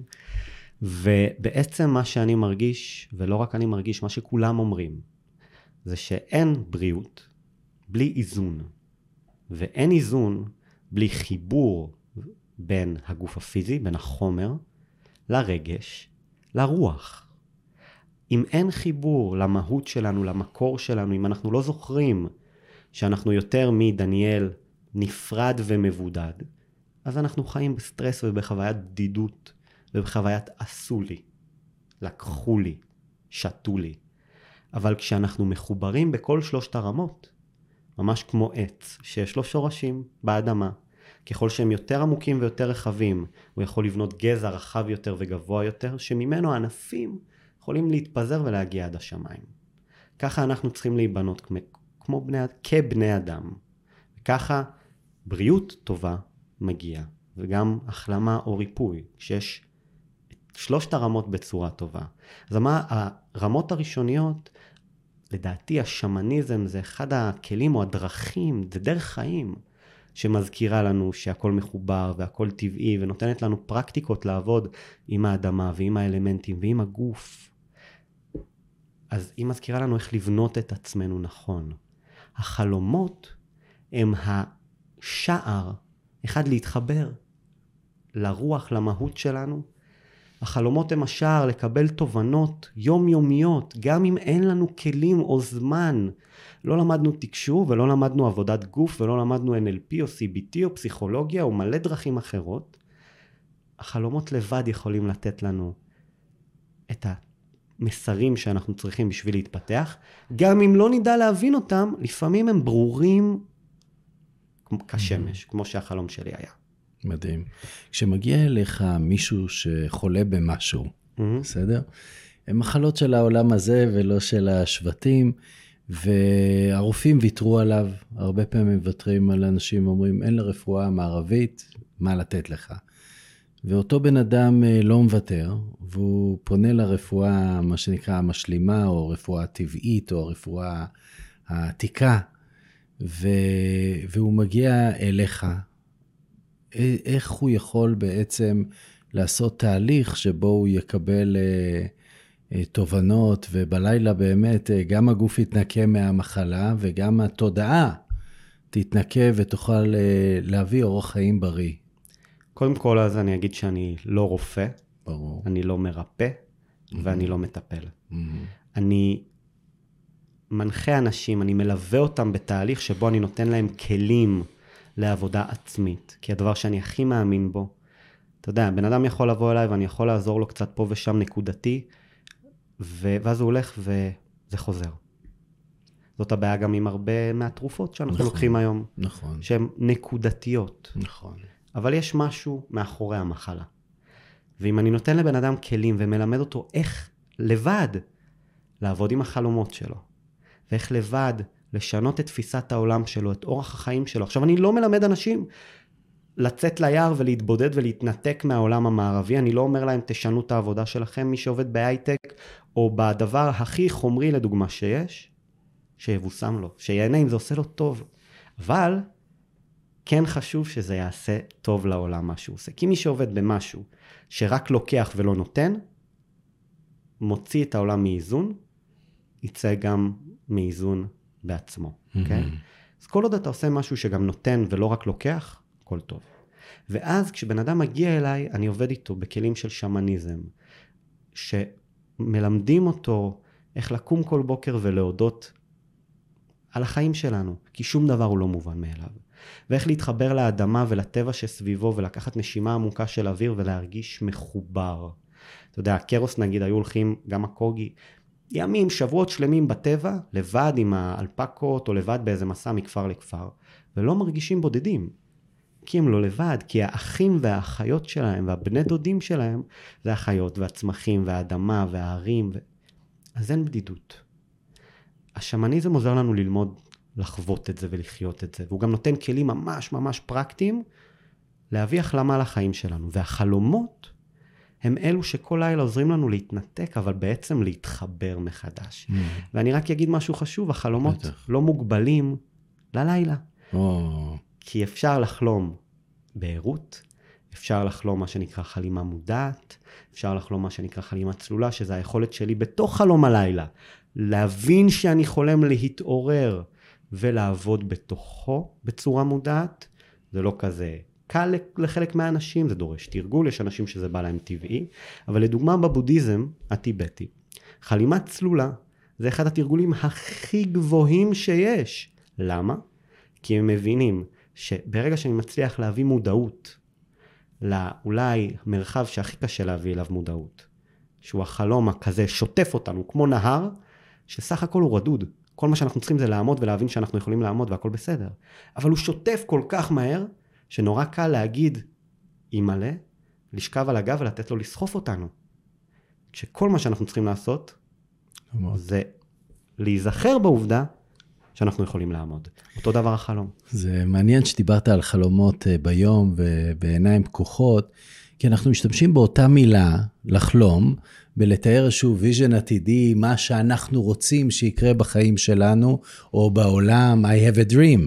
ובעצם מה שאני מרגיש, ולא רק אני מרגיש, מה שכולם אומרים, זה שאין בריאות בלי איזון, ואין איזון בלי חיבור בין הגוף הפיזי, בין החומר, לרגש, לרוח. אם אין חיבור למהות שלנו, למקור שלנו, אם אנחנו לא זוכרים שאנחנו יותר מדניאל נפרד ומבודד, אז אנחנו חיים בסטרס ובחוויית בדידות, ובחוויית עשו לי, לקחו לי, שתו לי. אבל כשאנחנו מחוברים בכל שלושת הרמות, ממש כמו עץ שיש לו שורשים באדמה, ככל שהם יותר עמוקים ויותר רחבים, הוא יכול לבנות גזע רחב יותר וגבוה יותר, שממנו הענפים יכולים להתפזר ולהגיע עד השמיים. ככה אנחנו צריכים להיבנות כבני אדם. וככה בריאות טובה מגיעה, וגם החלמה או ריפוי, שיש שלושת הרמות בצורה טובה. אז הרמות הראשוניות, לדעתי השמניזם זה אחד הכלים או הדרכים, זה דרך חיים, שמזכירה לנו שהכל מחובר והכל טבעי, ונותנת לנו פרקטיקות לעבוד עם האדמה ועם האלמנטים ועם הגוף. אז היא מזכירה לנו איך לבנות את עצמנו נכון. החלומות הם השער, אחד להתחבר לרוח, למהות שלנו. החלומות הם השער לקבל תובנות יומיומיות, גם אם אין לנו כלים או זמן. לא למדנו תקשור ולא למדנו עבודת גוף ולא למדנו NLP או CBT או פסיכולוגיה או מלא דרכים אחרות. החלומות לבד יכולים לתת לנו את המסרים שאנחנו צריכים בשביל להתפתח. גם אם לא נדע להבין אותם, לפעמים הם ברורים כשמש, כמו שהחלום שלי היה. מדהים. כשמגיע אליך מישהו שחולה במשהו, בסדר? הם מחלות של העולם הזה ולא של השבטים, והרופאים ויתרו עליו, הרבה פעמים מוותרים על אנשים, אומרים, אין לרפואה מערבית, מה לתת לך? ואותו בן אדם לא מוותר, והוא פונה לרפואה, מה שנקרא המשלימה, או רפואה טבעית, או רפואה העתיקה, והוא מגיע אליך, איך הוא יכול בעצם לעשות תהליך שבו הוא יקבל תובנות, ובלילה באמת גם הגוף יתנקה מהמחלה, וגם התודעה תתנקה ותוכל להביא אורח חיים בריא. קודם כל אז אני אגיד שאני לא רופא, ברור. אני לא מרפא, ואני לא מטפל. אני מנחה אנשים, אני מלווה אותם בתהליך שבו אני נותן להם כלים לעבודה עצמית, כי הדבר שאני הכי מאמין בו, אתה יודע, בן אדם יכול לבוא אליי ואני יכול לעזור לו קצת פה ושם נקודתי, ואז הוא הולך וזה חוזר. זאת הבעיה גם עם הרבה מהתרופות שאנחנו לוקחים היום, שהן נקודתיות. נכון. אבל יש משהו מאחורי המחלה. ואם אני נותן לבן אדם כלים ומלמד אותו איך לבד לעבוד עם החלומות שלו, ואיך לבד לשנות את תפיסת העולם שלו, את אורח החיים שלו. עכשיו, אני לא מלמד אנשים לצאת ליער ולהתבודד ולהתנתק מהעולם המערבי. אני לא אומר להם, תשנו את העבודה שלכם. מי שעובד בהייטק או בדבר הכי חומרי לדוגמה שיש, שיבוסם לו, שיהנה אם זה עושה לו טוב. אבל כן חשוב שזה יעשה טוב לעולם מה שהוא עושה. כי מי שעובד במשהו שרק לוקח ולא נותן, מוציא את העולם מאיזון, יצא גם מאיזון בעצמו, אוקיי? אז כל עוד אתה עושה משהו שגם נותן ולא רק לוקח, הכל טוב. ואז כשבן אדם מגיע אליי, אני עובד איתו בכלים של שמניזם, שמלמדים אותו איך לקום כל בוקר ולהודות על החיים שלנו, כי שום דבר הוא לא מובן מאליו. ואיך להתחבר לאדמה ולטבע שסביבו, ולקחת נשימה עמוקה של אוויר ולהרגיש מחובר. אתה יודע, הקרוס נגיד, היו הולכים, גם הקוגי, ימים, שבועות שלמים בטבע, לבד עם האלפקות, או לבד באיזה מסע מכפר לכפר, ולא מרגישים בודדים. כי הם לא לבד, כי האחים והאחיות שלהם והבני דודים שלהם, זה החיות והצמחים והאדמה והערים. אז אין בדידות. השמניזם עוזר לנו ללמוד לחוות את זה ולחיות את זה, והוא גם נותן כלים ממש ממש פרקטיים להביא החלמה לחיים שלנו. והחלומות הם אלו שכל לילה עוזרים לנו להתנתק, אבל בעצם להתחבר מחדש. ואני רק אגיד משהו חשוב, החלומות לא מוגבלים ללילה. כי אפשר לחלום בעירות, אפשר לחלום מה שנקרא חלימה מודעת, אפשר לחלום מה שנקרא חלימה צלולה, שזה היכולת שלי בתוך חלום הלילה, להבין שאני חולם להתעורר ולעבוד בתוכו בצורה מודעת. זה לא כזה קל לחלק מהאנשים, זה דורש תרגול, יש אנשים שזה בא להם טבעי, אבל לדוגמה בבודהיזם הטיבטי, חלימה צלולה זה אחד התרגולים הכי גבוהים שיש. למה? כי הם מבינים שברגע שאני מצליח להביא מודעות לאולי מרחב שהכי קשה להביא אליו מודעות, שהוא החלום הכזה שוטף אותנו כמו נהר, שסך הכל הוא רדוד. כל מה שאנחנו צריכים זה לעמוד ולהבין שאנחנו יכולים לעמוד והכל בסדר. אבל הוא שוטף כל כך מהר, שנורא קל להגיד, אימאלה, לשכב על הגב ולתת לו לסחוף אותנו. כשכל מה שאנחנו צריכים לעשות, זה להיזכר בעובדה שאנחנו יכולים לעמוד. אותו דבר החלום. זה מעניין שדיברת על חלומות ביום ובעיניים פקוחות, כי אנחנו משתמשים באותה מילה, לחלום, ולתאר איזשהו ויז'ן עתידי, מה שאנחנו רוצים שיקרה בחיים שלנו, או בעולם, I have a dream.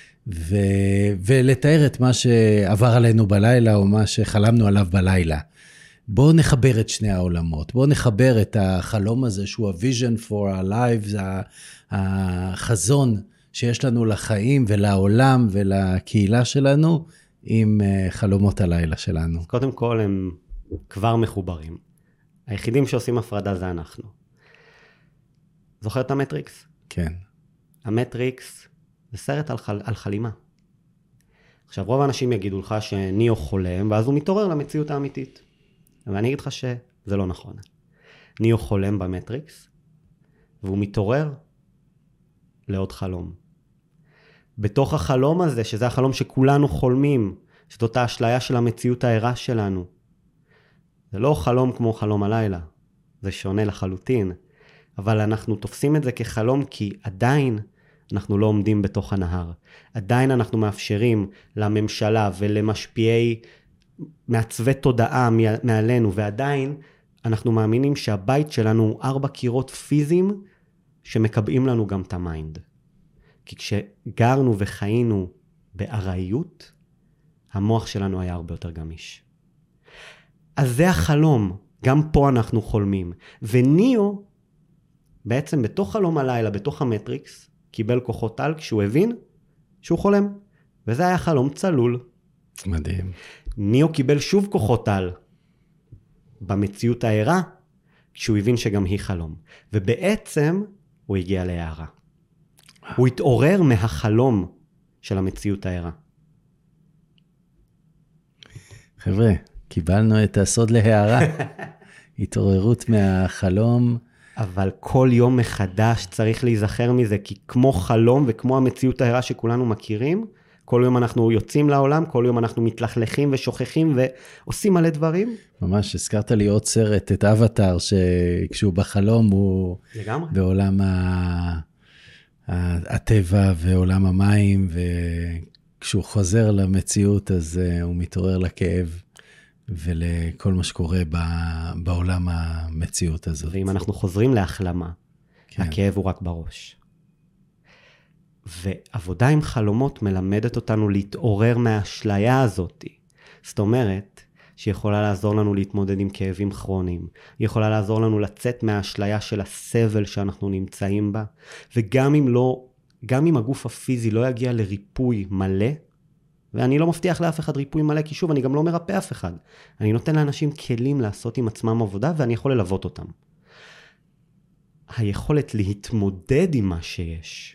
ולתאר את מה שעבר עלינו בלילה, או מה שחלמנו עליו בלילה. בואו נחבר את שני העולמות, בואו נחבר את החלום הזה, שהוא ה-vision for our lives, החזון שיש לנו לחיים ולעולם ולקהילה שלנו, עם חלומות הלילה שלנו. אז קודם כל הם כבר מחוברים. היחידים שעושים הפרדה זה אנחנו. זוכר את המטריקס? כן. המטריקס זה סרט על חלימה. עכשיו רוב האנשים יגידו לך שניאו חולם, ואז הוא מתעורר למציאות האמיתית. ואני אגיד לך שזה לא נכון. ניאו חולם במטריקס, והוא מתעורר לעוד חלום. בתוך החלום הזה, שזה החלום שכולנו חולמים, שזאת אותה אשליה של המציאות הערה שלנו. זה לא חלום כמו חלום הלילה, זה שונה לחלוטין, אבל אנחנו תופסים את זה כחלום כי עדיין אנחנו לא עומדים בתוך הנהר. עדיין אנחנו מאפשרים לממשלה ולמשפיעי מעצבי תודעה מעלינו, ועדיין אנחנו מאמינים שהבית שלנו הוא 4 קירות פיזיים שמקבעים לנו גם את המיינד. כי כשגרנו וחיינו בארעיות, המוח שלנו היה הרבה יותר גמיש. אז זה החלום, גם פה אנחנו חולמים. וניאו, בעצם בתוך חלום הלילה, בתוך המטריקס, קיבל כוחות על כשהוא הבין שהוא חולם. וזה היה חלום צלול. מדהים. ניאו קיבל שוב כוחות על במציאות הערה, כשהוא הבין שגם היא חלום. ובעצם הוא הגיע להערה. הוא התעורר מהחלום של המציאות הערה. חבר'ה, קיבלנו את הסוד להערה. התעוררות מהחלום. אבל כל יום מחדש צריך להיזכר מזה, כי כמו חלום וכמו המציאות הערה שכולנו מכירים, כל יום אנחנו יוצאים לעולם, כל יום אנחנו מתלכלכים ושוכחים ועושים מלא דברים. ממש, הזכרת לי עוד סרט, את אבטר, שכשהוא בחלום הוא לגמרי. בעולם הטבע ועולם המים, וכשהוא חוזר למציאות אז הוא מתעורר לכאב ולכל מה שקורה בעולם המציאות הזאת. ואם אנחנו חוזרים להחלמה, כן. הכאב הוא רק בראש. ועבודה עם חלומות מלמדת אותנו להתעורר מהאשליה הזאת. זאת אומרת, שהיא יכולה לעזור לנו להתמודד עם כאבים כרוניים. היא יכולה לעזור לנו לצאת מהאשליה של הסבל שאנחנו נמצאים בה. וגם אם הגוף הפיזי לא יגיע לריפוי מלא, ואני לא מבטיח לאף אחד ריפוי מלא, כי שוב, אני גם לא מרפא אף אחד. אני נותן לאנשים כלים לעשות עם עצמם עבודה, ואני יכול ללוות אותם. היכולת להתמודד עם מה שיש,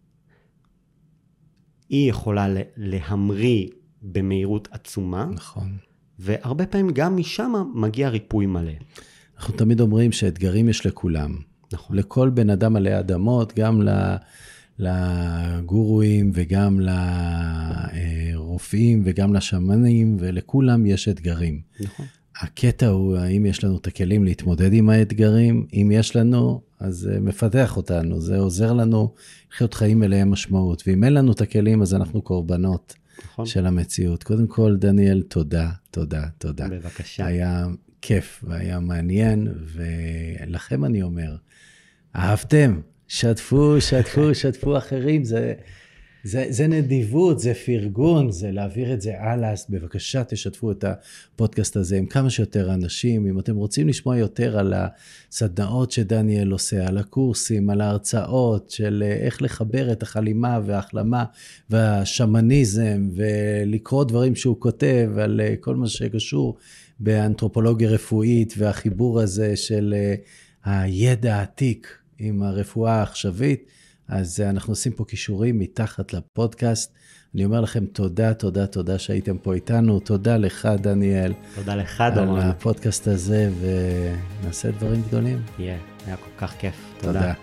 היא יכולה להמריא במהירות עצומה. נכון. והרבה פעמים גם משם מגיע ריפוי מלא. אנחנו תמיד אומרים שאתגרים יש לכולם. נכון. לכל בן אדם עלי אדמות, גם לגורואים וגם לרופאים וגם לשמנים, ולכולם יש אתגרים. נכון. הקטע הוא, האם יש לנו את הכלים להתמודד עם האתגרים? אם יש לנו, אז זה מפתח אותנו, זה עוזר לנו לחיות חיים מלאי משמעות, ואם אין לנו את הכלים, אז אנחנו קורבנות נכון. של המציאות. קודם כל, דניאל, תודה, תודה, תודה. בבקשה. היה כיף והיה מעניין, ולכם אני אומר, אהבתם, שתפו, שתפו, שתפו אחרים, זה נדיבות, זה פרגון, זה להעביר את זה הלאה, אז בבקשה תשתפו את הפודקאסט הזה עם כמה שיותר אנשים, אם אתם רוצים לשמוע יותר על הסדנאות שדניאל עושה, על הקורסים, על ההרצאות של איך לחבר את החלימה וההחלמה והשמניזם, ולקרוא דברים שהוא כותב על כל מה שקשור באנתרופולוגיה רפואית, והחיבור הזה של הידע העתיק עם הרפואה העכשווית, אז אנחנו עושים פה קישורים מתחת לפודקאסט. אני אומר לכם תודה, תודה, תודה שהייתם פה איתנו. תודה לך, דניאל. תודה לך, דורון. על הפודקאסט הזה, ונעשה דברים גדולים. היה כל כך כיף. תודה.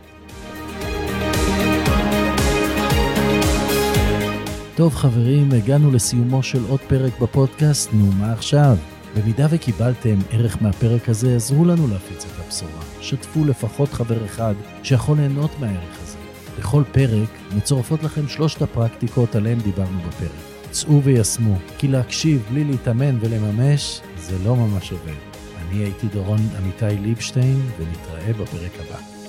טוב חברים, הגענו לסיומו של עוד פרק בפודקאסט. נו, מה עכשיו? במידה וקיבלתם ערך מהפרק הזה, עזרו לנו להפיץ את הבשורה. שתפו לפחות חבר אחד שיכול ליהנות מהערך הזה. בכל פרק מצורפות לכם 3 הפרקטיקות עליהן דיברנו בפרק. צאו וישמו, כי להקשיב בלי להתאמן ולממש זה לא ממש עובד. אני הייתי דורון אמיתי ליבשטיין, ונתראה בפרק הבא.